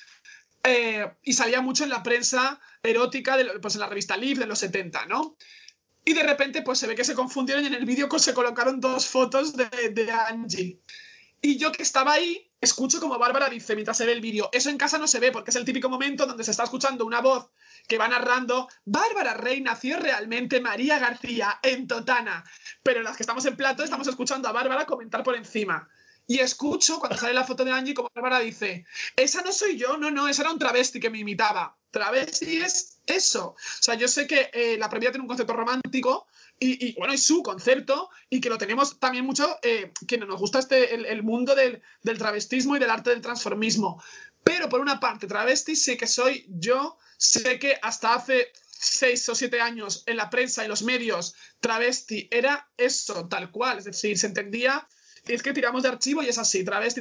Y salía mucho en la prensa erótica, pues en la revista Liv de los 70, ¿no? Y de repente pues se ve que se confundieron y en el vídeo se colocaron 2 fotos de Angie. Y yo que estaba ahí, escucho como Bárbara dice mientras se ve el vídeo, eso en casa no se ve porque es el típico momento donde se está escuchando una voz que va narrando, Bárbara Rey nació realmente María García en Totana, pero las que estamos en plato estamos escuchando a Bárbara comentar por encima. Y escucho cuando sale la foto de Angie como Bárbara dice, esa no soy yo, no, esa era un travesti que me imitaba. Travesti es eso. O sea, yo sé que la prohibida tiene un concepto romántico y bueno, es su concepto y que lo tenemos también mucho, que nos gusta el mundo del travestismo y del arte del transformismo. Pero por una parte, travesti sé que soy yo, sé que hasta hace 6 o 7 años en la prensa y los medios, travesti era eso, tal cual. Es decir, se entendía... Es que tiramos de archivo y es así, travesti.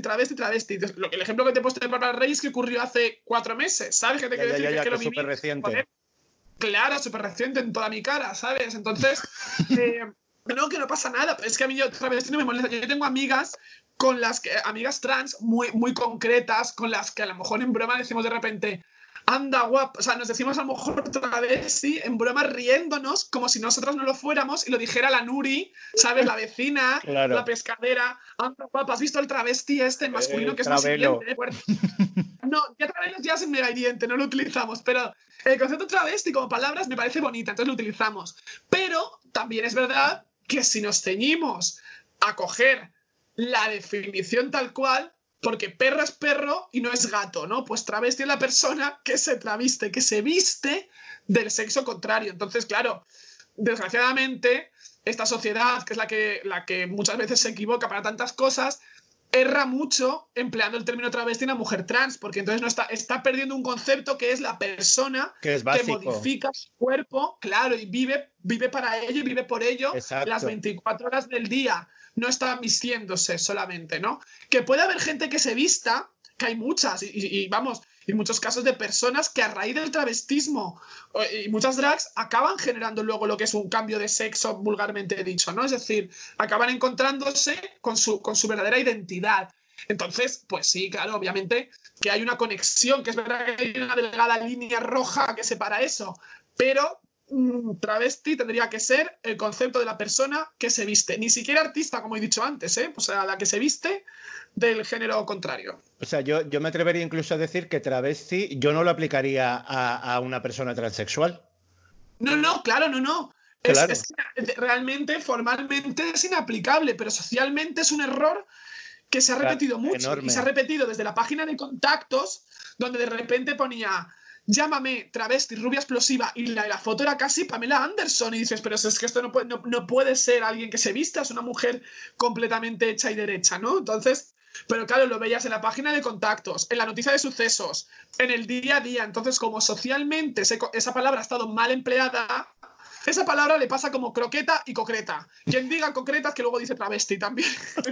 El ejemplo que te he puesto de Bárbara Rey es que ocurrió hace 4 meses, ¿sabes? Que te quiero decir que lo viví. Súper reciente. Claro, súper reciente en toda mi cara, ¿sabes? Entonces, no, que no pasa nada. Es que a mí travesti no me molesta. Yo tengo amigas amigas trans muy, muy concretas, con las que a lo mejor en broma decimos de repente... Anda, guapa. O sea, nos decimos a lo mejor travesti en broma riéndonos como si nosotros no lo fuéramos y lo dijera la Nuri, ¿sabes? La vecina, claro. La pescadera. Anda, guapa, ¿has visto el travesti en masculino que es más hiriente? No, ya travelo ya es mega hiriente, no lo utilizamos, pero el concepto travesti como palabras me parece bonita, entonces lo utilizamos. Pero también es verdad que si nos ceñimos a coger la definición tal cual, porque perro es perro y no es gato, ¿no? Pues travesti es la persona que se traviste, que se viste del sexo contrario. Entonces, claro, desgraciadamente, esta sociedad, que es la que muchas veces se equivoca para tantas cosas, erra mucho empleando el término travesti en una mujer trans, porque entonces no está perdiendo un concepto que es la persona que modifica su cuerpo, claro, y vive para ello y vive por ello. Exacto. Las 24 horas del día. No está vistiéndose solamente, ¿no? Que puede haber gente que se vista, que hay muchas, y vamos, y muchos casos de personas que a raíz del travestismo y muchas drags acaban generando luego lo que es un cambio de sexo vulgarmente dicho, ¿no? Es decir, acaban encontrándose con su verdadera identidad. Entonces, pues sí, claro, obviamente que hay una conexión, que es verdad que hay una delgada línea roja que separa eso, pero... travesti tendría que ser el concepto de la persona que se viste, ni siquiera artista, como he dicho antes, o sea, la que se viste del género contrario. O sea, yo me atrevería incluso a decir que travesti yo no lo aplicaría a una persona transexual. No, claro, no. Claro. Realmente, formalmente es inaplicable, pero socialmente es un error que se ha repetido mucho. Enorme. Y se ha repetido desde la página de contactos, donde de repente ponía... Llámame travesti, rubia explosiva, y la foto era casi Pamela Anderson, y dices, pero es que esto no puede ser alguien que se vista, es una mujer completamente hecha y derecha, ¿no? Entonces, pero claro, lo veías en la página de contactos, en la noticia de sucesos, en el día a día. Entonces, como socialmente esa palabra ha estado mal empleada, esa palabra le pasa como croqueta y concreta. Quien diga concreta es que luego dice travesti también.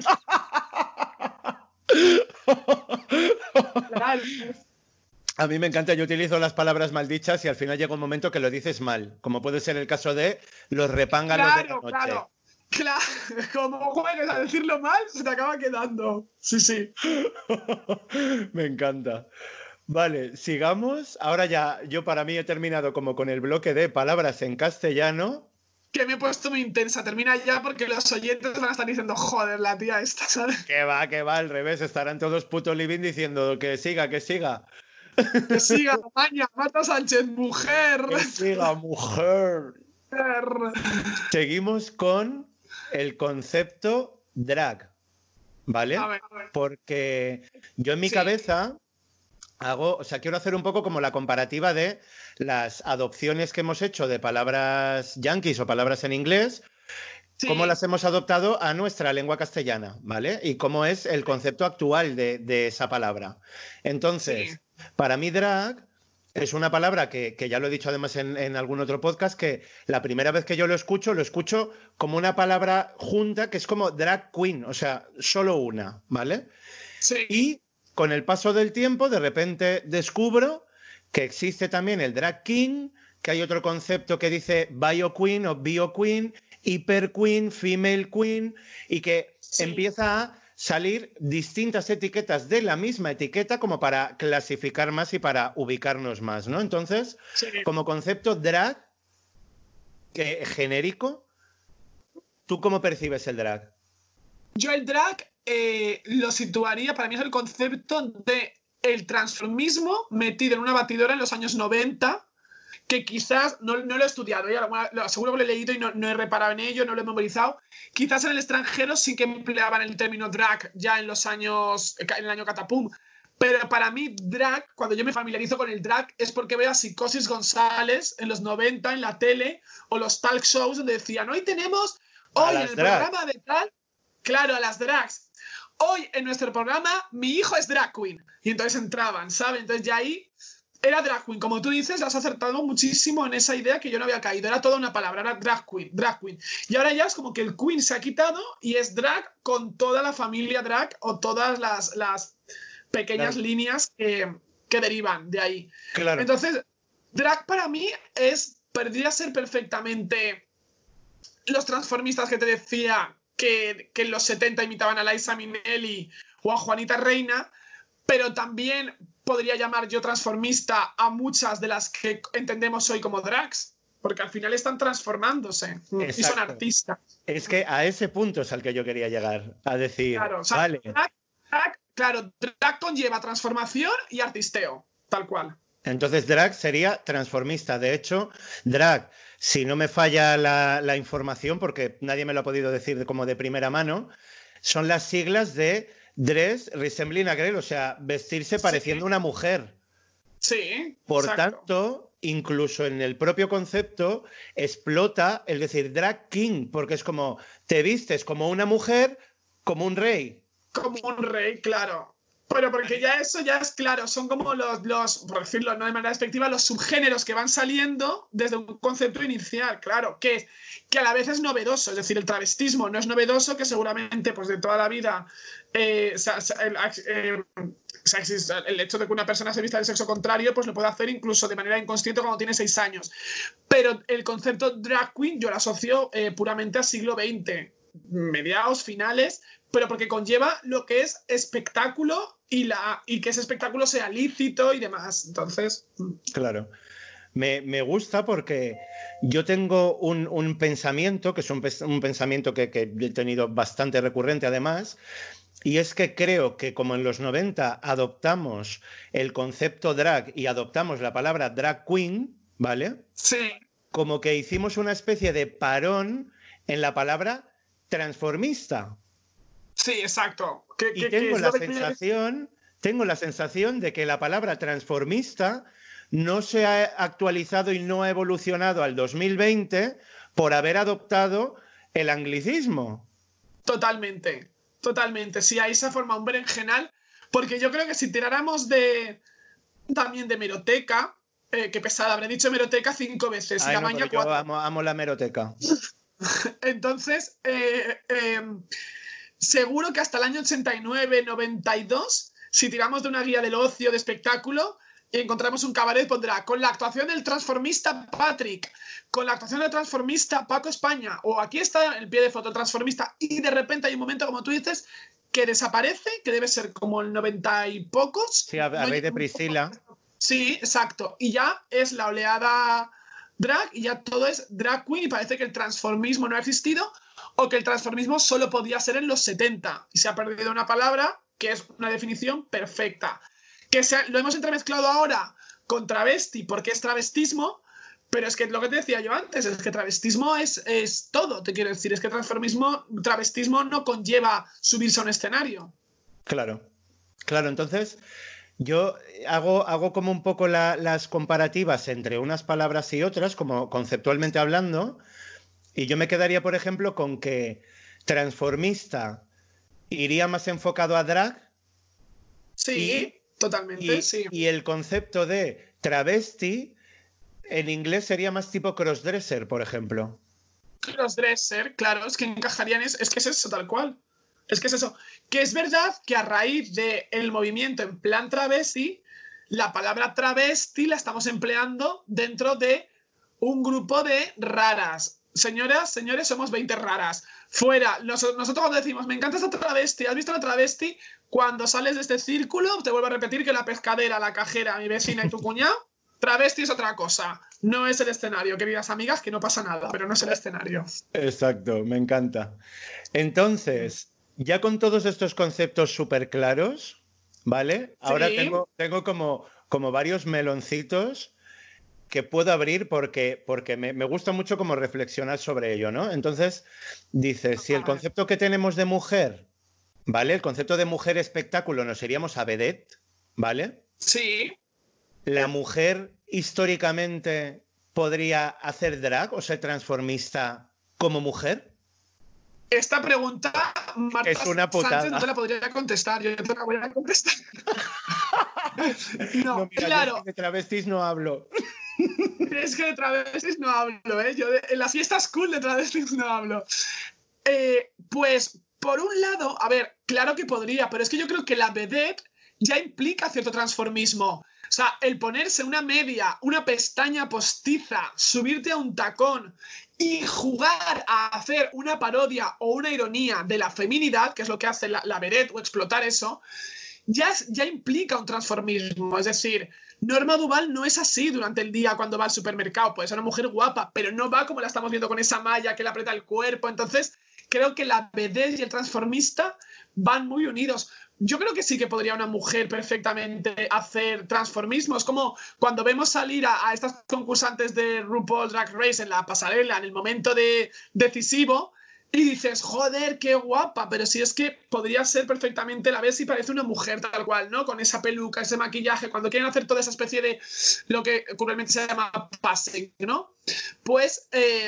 Claro. A mí me encanta, yo utilizo las palabras maldichas y al final llega un momento que lo dices mal, como puede ser el caso de los repánganos de la noche. Claro, como juegues a decirlo mal, se te acaba quedando. Sí. Me encanta. Vale, sigamos. Ahora ya, yo para mí he terminado como con el bloque de palabras en castellano. Que me he puesto muy intensa. Termina ya porque los oyentes van a estar diciendo, joder, la tía esta, ¿sabes? Que va, al revés. Estarán todos puto living diciendo que siga. Que siga, Maña, Marta Sánchez, mujer. Que siga, mujer. Seguimos con el concepto drag, ¿vale? A ver. Porque yo en mi cabeza quiero hacer un poco como la comparativa de las adopciones que hemos hecho de palabras yankees o palabras en inglés cómo las hemos adoptado a nuestra lengua castellana, ¿vale? Y cómo es el concepto actual de esa palabra. Entonces, para mí drag es una palabra que ya lo he dicho además en algún otro podcast, que la primera vez que yo lo escucho como una palabra junta, que es como drag queen, o sea, solo una, ¿vale? Sí. Y con el paso del tiempo, de repente descubro que existe también el drag king, que hay otro concepto que dice bio queen o bio queen, hyper queen, female queen, y que empieza a salir distintas etiquetas de la misma etiqueta como para clasificar más y para ubicarnos más, ¿no? Entonces, como concepto drag genérico, ¿tú cómo percibes el drag? Yo el drag lo situaría, para mí es el concepto de el transformismo metido en una batidora en los años 90, que quizás, no lo he estudiado, seguro que lo he leído y no he reparado en ello, no lo he memorizado. Quizás en el extranjero sí que empleaban el término drag ya en el año catapum. Pero para mí, drag, cuando yo me familiarizo con el drag, es porque veo a Psicosis González en los 90 en la tele, o los talk shows donde decían, hoy tenemos, hoy en el programa de tal, claro, a las drags. Hoy en nuestro programa, mi hijo es drag queen. Y entonces entraban, ¿sabes? Entonces ya ahí era drag queen. Como tú dices, has acertado muchísimo en esa idea que yo no había caído. Era toda una palabra, era drag queen, drag queen. Y ahora ya es como que el queen se ha quitado y es drag con toda la familia drag o todas las pequeñas líneas que derivan de ahí. Claro. Entonces, drag para mí podría ser perfectamente los transformistas que te decía que en los 70 imitaban a Liza Minnelli o a Juanita Reina, pero también podría llamar yo transformista a muchas de las que entendemos hoy como drags, porque al final están transformándose. Exacto. Y son artistas. Es que a ese punto es al que yo quería llegar, a decir, claro, o sea, vale. Drag conlleva transformación y artisteo, tal cual. Entonces drag sería transformista. De hecho, drag, si no me falla la información, porque nadie me lo ha podido decir como de primera mano, son las siglas de dress resembling a girl, o sea, vestirse pareciendo una mujer. Sí. Por exacto. tanto, incluso en el propio concepto explota el decir drag king, porque es como te vistes como una mujer, como un rey. Como un rey, claro. Pero porque ya eso ya es claro, son como los, por decirlo no de manera despectiva, los subgéneros que van saliendo desde un concepto inicial, claro, que a la vez es novedoso. Es decir, el travestismo no es novedoso, que seguramente pues de toda la vida el hecho de que una persona se vista del sexo contrario pues lo puede hacer incluso de manera inconsciente cuando tiene 6 años. Pero el concepto drag queen yo lo asocio puramente al siglo XX, mediados, finales, pero porque conlleva lo que es espectáculo y que ese espectáculo sea lícito y demás. Entonces... Claro. Me gusta porque yo tengo un pensamiento, que es un pensamiento que he tenido bastante recurrente además, y es que creo que como en los 90 adoptamos el concepto drag y adoptamos la palabra drag queen, ¿vale? Sí. Como que hicimos una especie de parón en la palabra transformista. Sí, exacto. Y tengo la sensación de que la palabra transformista no se ha actualizado y no ha evolucionado al 2020 por haber adoptado el anglicismo. Totalmente, totalmente. Sí, ahí se ha formado un berenjenal, porque yo creo que si tiráramos también de hemeroteca, qué pesada, habré dicho hemeroteca 5 veces. Ay, y la no, maña yo 4. amo la hemeroteca. Entonces, seguro que hasta el año 89, 92, si tiramos de una guía del ocio, de espectáculo, y encontramos un cabaret, pondrá con la actuación del transformista Patrick, con la actuación del transformista Paco España, o aquí está el pie de foto transformista, y de repente hay un momento, como tú dices, que desaparece, que debe ser como el 90 y pocos. Sí, a raíz de Priscila. Sí, exacto. Y ya es la oleada drag, y ya todo es drag queen, y parece que el transformismo no ha existido, o que el transformismo solo podía ser en los 70, y se ha perdido una palabra que es una definición perfecta. Lo hemos entremezclado ahora con travesti porque es travestismo, pero es que lo que te decía yo antes, es que travestismo es todo, te quiero decir, es que travestismo no conlleva subirse a un escenario. Claro, entonces yo hago como un poco las comparativas entre unas palabras y otras, como conceptualmente hablando, Y yo me quedaría, por ejemplo, con que transformista iría más enfocado a drag. Sí, totalmente, sí. Y el concepto de travesti en inglés sería más tipo crossdresser, por ejemplo. Crossdresser, claro, es que encajarían, es que es eso, tal cual. Es que es eso. Que es verdad que a raíz del movimiento en plan travesti, la palabra travesti la estamos empleando dentro de un grupo de raras. Señoras, señores, somos 20 raras. Fuera, nosotros cuando decimos, me encanta esta travesti, ¿has visto la travesti? Cuando sales de este círculo, te vuelvo a repetir que la pescadera, la cajera, mi vecina y tu cuñado, travesti es otra cosa. No es el escenario, queridas amigas, que no pasa nada, pero no es el escenario. Exacto, me encanta. Entonces, ya con todos estos conceptos súper claros, ¿vale? Ahora Sí. tengo como varios meloncitos que puedo abrir porque me gusta mucho como reflexionar sobre ello, ¿no? Entonces, dices, si el concepto que tenemos de mujer, ¿vale? El concepto de mujer espectáculo nos iríamos a vedette, ¿vale? Sí. ¿La mujer históricamente podría hacer drag o ser transformista como mujer? Esta pregunta, Marta Es una putada. Sánchez no te la podría contestar, yo te la voy a contestar. No, mira, claro. yo de travestis no hablo. Es que de travestis no hablo, ¿eh? Yo en las fiestas cool de travestis no hablo. Pues, por un lado, a ver, claro que podría, pero es que yo creo que la vedette ya implica cierto transformismo. O sea, el ponerse una media, una pestaña postiza, subirte a un tacón y jugar a hacer una parodia o una ironía de la feminidad, que es lo que hace la vedette, o explotar eso, ya implica un transformismo. Es decir, Norma Duval no es así durante el día cuando va al supermercado. Puede ser una mujer guapa, pero no va como la estamos viendo con esa malla que le aprieta el cuerpo. Entonces, creo que la vedette y el transformista van muy unidos. Yo creo que sí que podría una mujer perfectamente hacer transformismo. Es como cuando vemos salir a estas concursantes de RuPaul Drag Race en la pasarela, en el momento decisivo, y dices, joder, qué guapa, pero si es que podría ser perfectamente, la ves y parece una mujer tal cual, ¿no? Con esa peluca, ese maquillaje, cuando quieren hacer toda esa especie de lo que cruelmente se llama passing, ¿no? Pues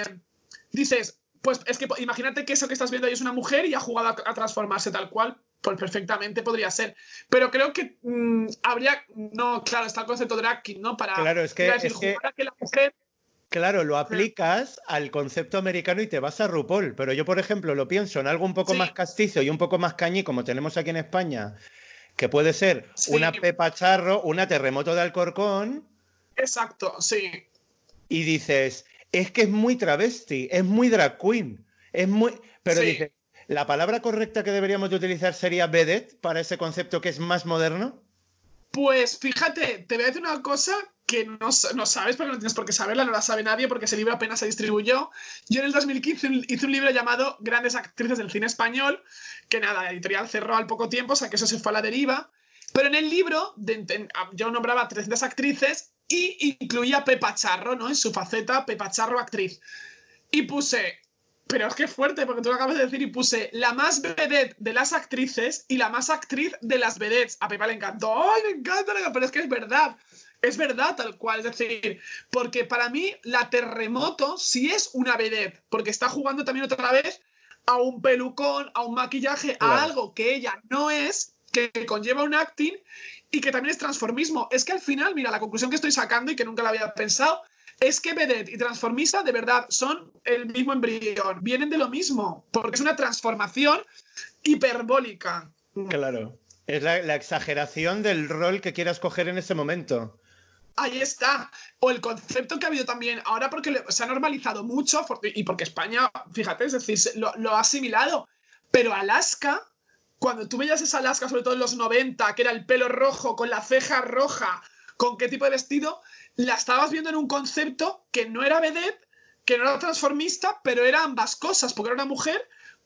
dices, pues es que imagínate que eso que estás viendo ahí es una mujer y ha jugado a transformarse tal cual, pues perfectamente podría ser. Pero creo que habría, no, claro, está el concepto drag king, ¿no? Para claro, jugar a que la mujer... Claro, lo aplicas al concepto americano y te vas a RuPaul, pero yo, por ejemplo, lo pienso en algo un poco más castizo y un poco más cañí, como tenemos aquí en España, que puede ser una Pepa Charro, una Terremoto de Alcorcón. Exacto, sí. Y dices, es que es muy travesti, es muy drag queen, es muy... Pero dices, ¿la palabra correcta que deberíamos de utilizar sería vedette para ese concepto que es más moderno? Pues fíjate, te voy a decir una cosa que no sabes porque no tienes por qué saberla, no la sabe nadie porque ese libro apenas se distribuyó. Yo en el 2015 hice un libro llamado Grandes actrices del cine español, que nada, la editorial cerró al poco tiempo, o sea que eso se fue a la deriva. Pero en el libro yo nombraba 300 actrices y incluía a Pepa Charro, ¿no? En su faceta Pepa Charro actriz. Y puse... Pero es que fuerte, porque tú lo acabas de decir, y puse la más vedette de las actrices y la más actriz de las vedettes. A Pepa le encantó, ¡ay, me encanta! Pero es que es verdad tal cual. Es decir, porque para mí la Terremoto sí es una vedette, porque está jugando también otra vez a un pelucón, a un maquillaje, a algo que ella no es, que conlleva un acting y que también es transformismo. Es que al final, mira, la conclusión que estoy sacando y que nunca la había pensado, es que vedette y transformista de verdad son el mismo embrión, vienen de lo mismo, porque es una transformación hiperbólica. Claro, es la exageración del rol que quieras coger en ese momento. Ahí está. O el concepto que ha habido también, ahora porque se ha normalizado mucho y porque España, fíjate, es decir, lo ha asimilado, pero Alaska, cuando tú veías esa Alaska, sobre todo en los 90, que era el pelo rojo, con la ceja roja, con qué tipo de vestido, la estabas viendo en un concepto que no era vedette, que no era transformista, pero era ambas cosas, porque era una mujer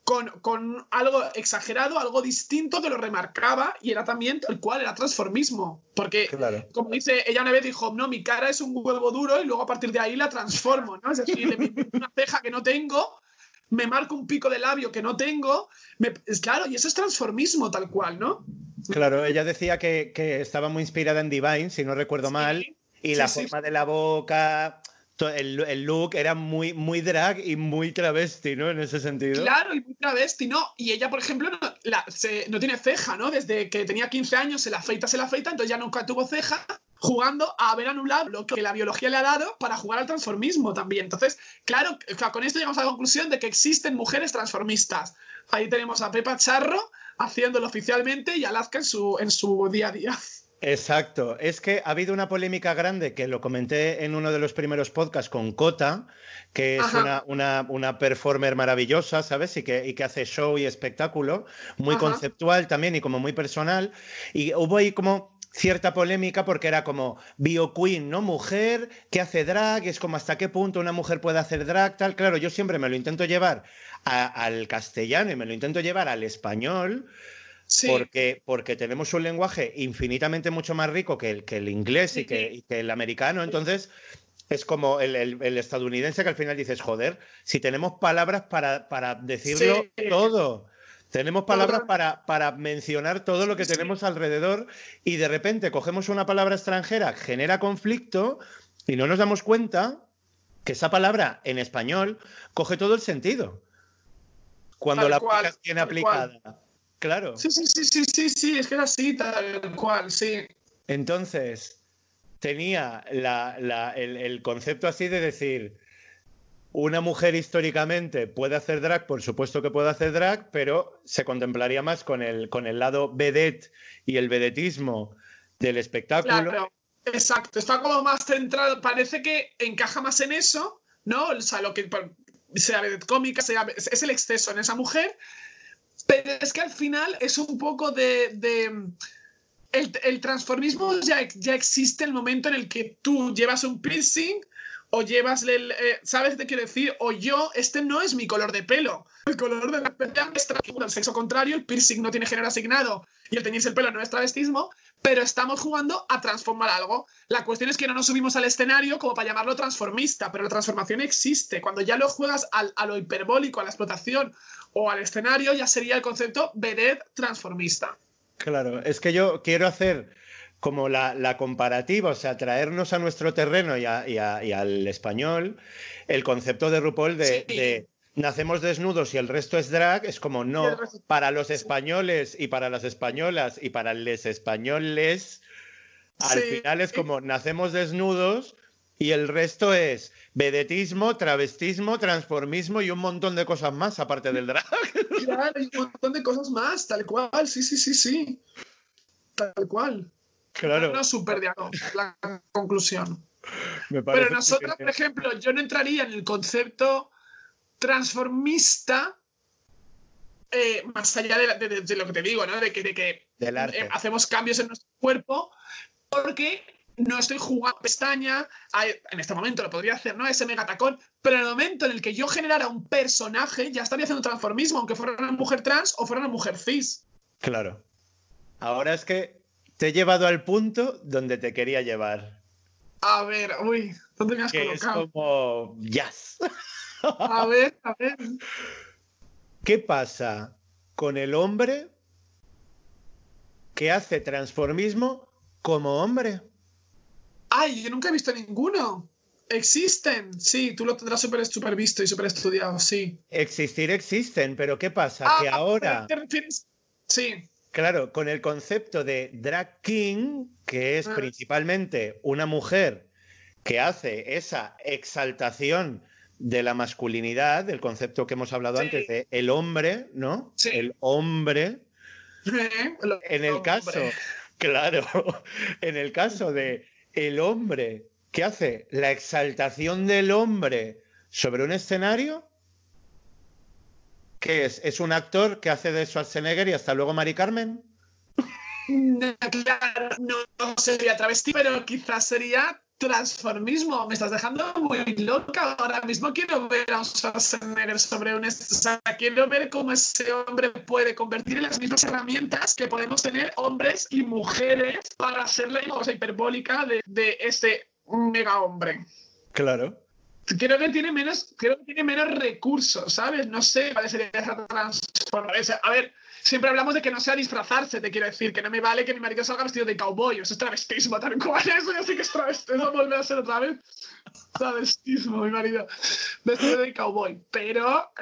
con algo exagerado, algo distinto que lo remarcaba y era también tal cual, era transformismo. Porque, como dice, ella una vez dijo, no, mi cara es un huevo duro y luego a partir de ahí la transformo, ¿no? Es decir, le meto una ceja que no tengo, me marco un pico de labio que no tengo, claro, y eso es transformismo tal cual, ¿no? Claro, ella decía que estaba muy inspirada en Divine, si no recuerdo mal, y la forma de la boca, el look era muy, muy drag y muy travesti, ¿no? En ese sentido. Claro, y muy travesti, ¿no? Y ella, por ejemplo, no tiene ceja, ¿no? Desde que tenía 15 años se la afeita, entonces ya nunca tuvo ceja, jugando a haber anulado lo que la biología le ha dado para jugar al transformismo también. Entonces, claro, con esto llegamos a la conclusión de que existen mujeres transformistas. Ahí tenemos a Pepa Charro haciéndolo oficialmente y a Alaska en su día a día. Exacto. Es que ha habido una polémica grande que lo comenté en uno de los primeros podcasts con Cota, que es una performer maravillosa, ¿sabes? Y que hace show y espectáculo, muy conceptual también y como muy personal. Y hubo ahí como cierta polémica porque era como bio queen, ¿no? Mujer que hace drag, y es como hasta qué punto una mujer puede hacer drag, tal. Claro, yo siempre me lo intento llevar al castellano y me lo intento llevar al español. Sí. Porque tenemos un lenguaje infinitamente mucho más rico que el inglés y que el americano. Entonces, es como el estadounidense que al final dices, joder, si tenemos palabras para decirlo todo. Tenemos palabras para mencionar todo lo que tenemos alrededor y de repente cogemos una palabra extranjera, genera conflicto y no nos damos cuenta que esa palabra en español coge todo el sentido. Cuando la aplicas bien aplicada. Claro. Sí, es que es así, tal cual, sí. Entonces, tenía el concepto así de decir, una mujer históricamente puede hacer drag, por supuesto que puede hacer drag, pero se contemplaría más con el lado vedette y el vedetismo del espectáculo. Claro, exacto, está como más centrado, parece que encaja más en eso, ¿no? O sea, lo que sea vedette cómica, es el exceso en esa mujer. Pero es que al final es un poco el transformismo ya existe el momento en el que tú llevas un piercing o llevas ¿sabes qué quiero decir? O este no es mi color de pelo. El color de la pelo es el sexo contrario, el piercing no tiene género asignado y el teñirse el pelo no es travestismo, pero estamos jugando a transformar algo. La cuestión es que no nos subimos al escenario como para llamarlo transformista, pero la transformación existe. Cuando ya lo juegas a lo hiperbólico, a la explotación o al escenario, ya sería el concepto vedette transformista. Claro, es que yo quiero hacer como la comparativa, o sea, traernos a nuestro terreno y al español el concepto de RuPaul de nacemos desnudos y el resto es drag, es como no, para los españoles y para las españolas y para les españoles, al final es como nacemos desnudos y el resto es vedetismo, travestismo, transformismo y un montón de cosas más aparte del drag. Claro, hay un montón de cosas más, tal cual, sí. Tal cual. Claro. No, súper de la conclusión. Pero nosotros, por ejemplo, yo no entraría en el concepto transformista más allá de lo que te digo, ¿no? De que hacemos cambios en nuestro cuerpo porque no estoy jugando pestaña, en este momento lo podría hacer, ¿no? Ese megatacón, pero en el momento en el que yo generara un personaje ya estaría haciendo transformismo, aunque fuera una mujer trans o fuera una mujer cis. Claro. Ahora es que te he llevado al punto donde te quería llevar. A ver, ¿dónde me has colocado? Es como jazz. A ver. ¿Qué pasa con el hombre que hace transformismo como hombre? Ay, yo nunca he visto ninguno. Existen, sí, tú lo tendrás súper visto y súper estudiado, sí. Existir existen, pero ¿qué pasa? Que ahora... ¿Te refieres? Sí. Claro, con el concepto de drag king, que es principalmente una mujer que hace esa exaltación de la masculinidad, del concepto que hemos hablado antes de el hombre, ¿no? Sí. El hombre. En el caso, claro, en el caso de el hombre que hace la exaltación del hombre sobre un escenario, ¿qué es? ¿Es un actor que hace de Schwarzenegger y hasta luego Mari Carmen? No, claro, no sería travesti, pero quizás sería transformismo. Me estás dejando muy loca. Ahora mismo quiero ver a un Schwarzenegger sobre un escenario. Quiero ver cómo ese hombre puede convertir en las mismas herramientas que podemos tener hombres y mujeres para hacer la cosa hiperbólica de este mega hombre. Claro. Creo que tiene menos recursos, ¿sabes? No sé cuál sería esa transformación. A ver, siempre hablamos de que no sea disfrazarse, te quiero decir, que no me vale que mi marido salga vestido de cowboy. Eso es travestismo, tal cual. Eso ya sí que es travestismo. Eso vuelve a ser otra vez travestismo, mi marido vestido de cowboy. Pero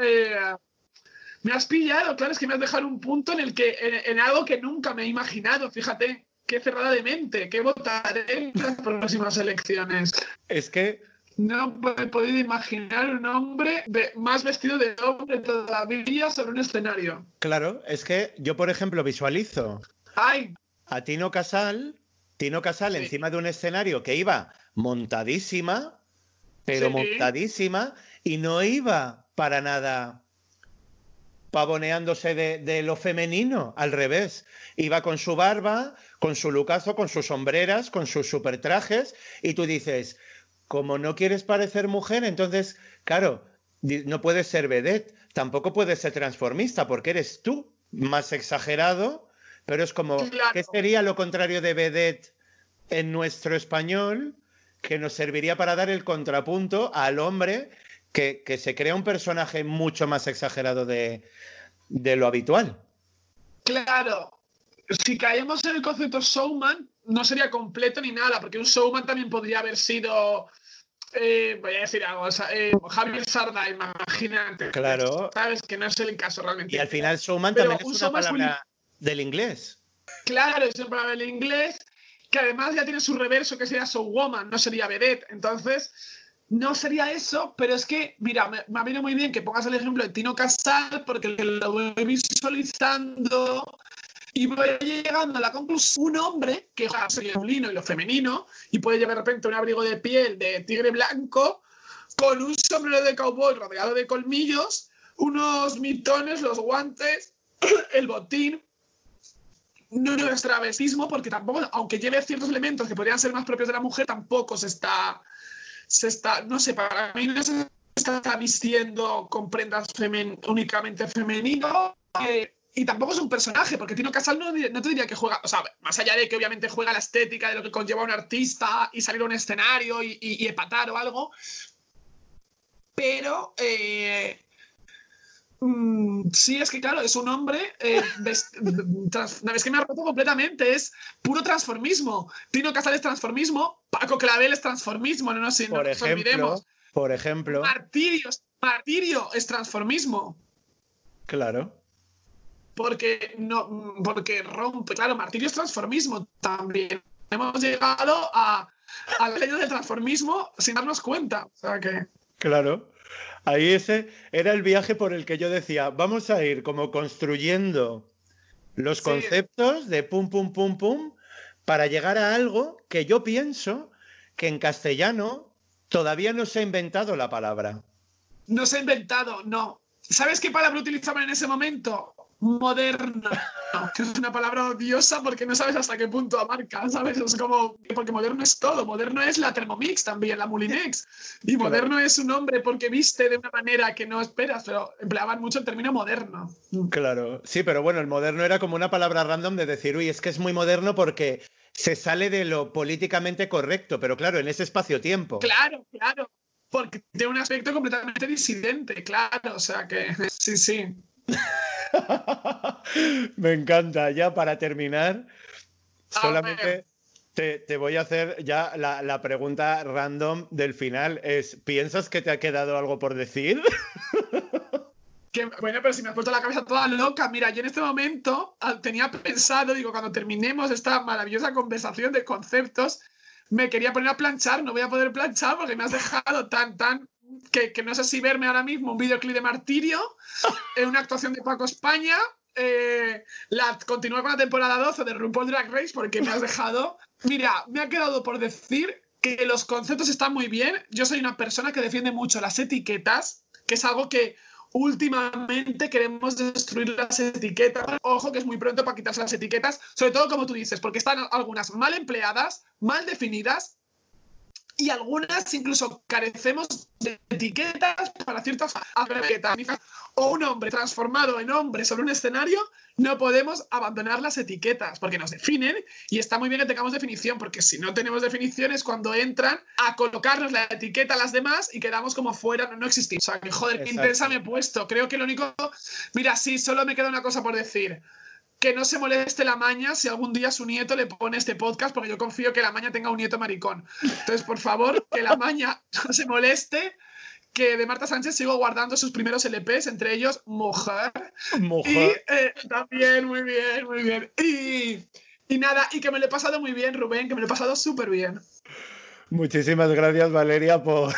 me has pillado, claro, es que me has dejado un punto en algo que nunca me he imaginado. Fíjate, qué cerrada de mente, qué votaré en las próximas elecciones. Es que no he podido imaginar un hombre más vestido de hombre todavía sobre un escenario. Claro, es que yo, por ejemplo, visualizo ¡Ay! a Tino Casal Sí. encima de un escenario que iba montadísima, pero Sí. montadísima, y no iba para nada pavoneándose de lo femenino, al revés. Iba con su barba, con su lucazo, con sus sombreras, con sus super trajes, y tú dices, como no quieres parecer mujer, entonces, claro, no puedes ser vedette, tampoco puedes ser transformista, porque eres tú más exagerado, pero es como, Claro. ¿qué sería lo contrario de vedette en nuestro español? Que nos serviría para dar el contrapunto al hombre que se crea un personaje mucho más exagerado de lo habitual. Claro. Si caemos en el concepto showman, no sería completo ni nada, porque un showman también podría haber sido, voy a decir algo, Javier Sarda, imagínate. Claro. Sabes que no es el caso realmente. Y al final showman Pero también un es una showman es palabra del inglés. Claro, es una palabra en inglés, que además ya tiene su reverso, que sería showwoman, no sería vedette. Entonces, no sería eso, pero es que, mira, me ha venido muy bien que pongas el ejemplo de Tino Casal, porque lo voy visualizando y voy llegando a la conclusión, un hombre que juega el masculino y lo femenino, y puede llevar de repente un abrigo de piel de tigre blanco, con un sombrero de cowboy rodeado de colmillos, unos mitones, los guantes, el botín. No es travestismo, porque tampoco, aunque lleve ciertos elementos que podrían ser más propios de la mujer, tampoco se está, no sé, para mí no se está vistiendo con prendas únicamente femenino, y tampoco es un personaje, porque Tino Casal no te diría que juega, o sea, más allá de que obviamente juega la estética de lo que conlleva un artista y salir a un escenario y empatar o algo, pero sí, es que claro, es un hombre, es que me ha roto completamente, es puro transformismo. Tino Casal es transformismo, Paco Clavel es transformismo, no nos olvidemos. Por ejemplo. Martirio es transformismo. Claro. Porque rompe, claro, Martirio es transformismo también. Hemos llegado a la ley del transformismo sin darnos cuenta. O sea que... Claro. Ahí ese era el viaje por el que yo decía, vamos a ir como construyendo los conceptos de pum, pum, pum, pum, para llegar a algo que yo pienso que en castellano todavía no se ha inventado la palabra. No se ha inventado, no. ¿Sabes qué palabra utilizaban en ese momento? Moderno, que es una palabra odiosa porque no sabes hasta qué punto abarca, ¿sabes? Es como, porque moderno es todo, moderno es la Thermomix también, la Moulinex, y moderno claro. Es un hombre porque viste de una manera que no esperas, pero empleaban mucho el término moderno. Claro, sí, pero bueno, el moderno era como una palabra random de decir, uy, es que es muy moderno porque se sale de lo políticamente correcto, pero claro, en ese espacio-tiempo. Claro, porque tiene un aspecto completamente disidente, claro, o sea que sí. Me encanta. Ya para terminar, solamente te voy a hacer ya la pregunta random del final. ¿Piensas que te ha quedado algo por decir? Bueno, pero si me has puesto la cabeza toda loca. Mira, yo en este momento tenía pensado, digo, cuando terminemos esta maravillosa conversación de conceptos, me quería poner a planchar. No voy a poder planchar porque me has dejado tan... Que no sé si verme ahora mismo un videoclip de Martirio, una actuación de Paco España, continuar con la temporada 12 de RuPaul Drag Race, porque me has dejado... Mira, me ha quedado por decir que los conceptos están muy bien. Yo soy una persona que defiende mucho las etiquetas, que es algo que últimamente queremos destruir las etiquetas. Ojo, que es muy pronto para quitarse las etiquetas, sobre todo como tú dices, porque están algunas mal empleadas, mal definidas, y algunas incluso carecemos de etiquetas para ciertas etiquetas. O un hombre transformado en hombre sobre un escenario, no podemos abandonar las etiquetas porque nos definen y está muy bien que tengamos definición, porque si no tenemos definición es cuando entran a colocarnos la etiqueta a las demás y quedamos como fuera, no existimos. O sea, que joder, qué intensa me he puesto. Creo que lo único... Mira, sí, solo me queda una cosa por decir. Que no se moleste la Maña si algún día su nieto le pone este podcast, porque yo confío que la Maña tenga un nieto maricón. Entonces, por favor, que la Maña no se moleste, que de Marta Sánchez sigo guardando sus primeros LPs, entre ellos Mujer. Y también, muy bien, muy bien. Y nada, y que me lo he pasado muy bien, Rubén, que me lo he pasado súper bien. Muchísimas gracias, Valeria, por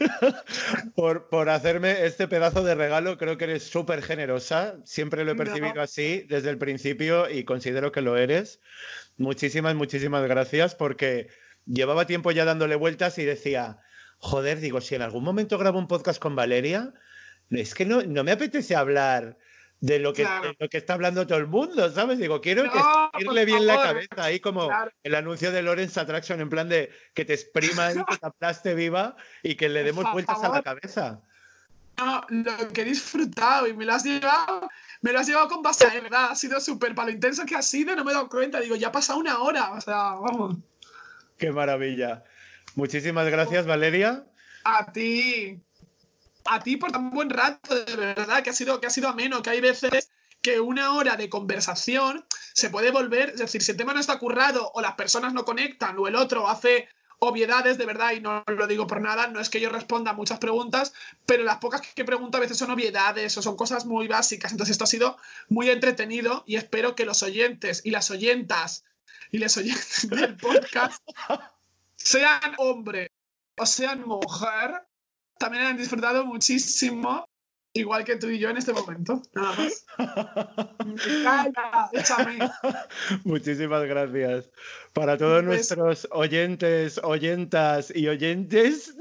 hacerme este pedazo de regalo. Creo que eres súper generosa. Siempre lo he percibido así desde el principio y considero que lo eres. Muchísimas, muchísimas gracias, porque llevaba tiempo ya dándole vueltas y decía, joder, digo, si en algún momento grabo un podcast con Valeria, es que no me apetece hablar de lo que está hablando todo el mundo, ¿sabes? Digo, quiero irle bien la cabeza, ahí como el anuncio de Lawrence Attraction, en plan de que te exprima y que te aplaste viva y que le demos vueltas a la cabeza. No, lo que he disfrutado y me lo has llevado con base, de verdad, ha sido súper, para lo intenso que ha sido, no me he dado cuenta, digo, ya ha pasado 1 hora, o sea, vamos. Qué maravilla. Muchísimas gracias, Valeria. A ti por tan buen rato, de verdad, que ha sido ameno, que hay veces que 1 hora de conversación se puede volver, es decir, si el tema no está currado o las personas no conectan o el otro hace obviedades, de verdad, y no lo digo por nada, no es que yo responda a muchas preguntas, pero las pocas que pregunto a veces son obviedades o son cosas muy básicas, entonces esto ha sido muy entretenido y espero que los oyentes y las oyentas y les oyentes del podcast sean hombre o sean mujer, también han disfrutado muchísimo, igual que tú y yo en este momento. Nada más. Calla, échame. Muchísimas gracias. Para todos nuestros oyentes, oyentas y oyentes,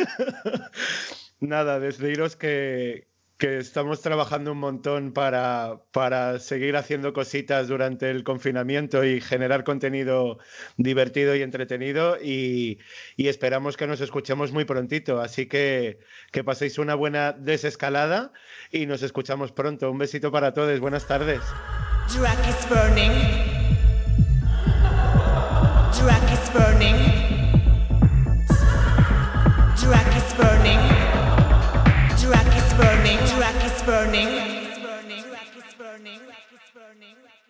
nada, deciros que estamos trabajando un montón para seguir haciendo cositas durante el confinamiento y generar contenido divertido y entretenido y esperamos que nos escuchemos muy prontito. Así que paséis una buena desescalada y nos escuchamos pronto. Un besito para todos. Buenas tardes. Drag is burning. Drag is burning. Drag is burning. Drag is burning. Drag is burning. Drag is burning. Drag is burning. Drag is burning.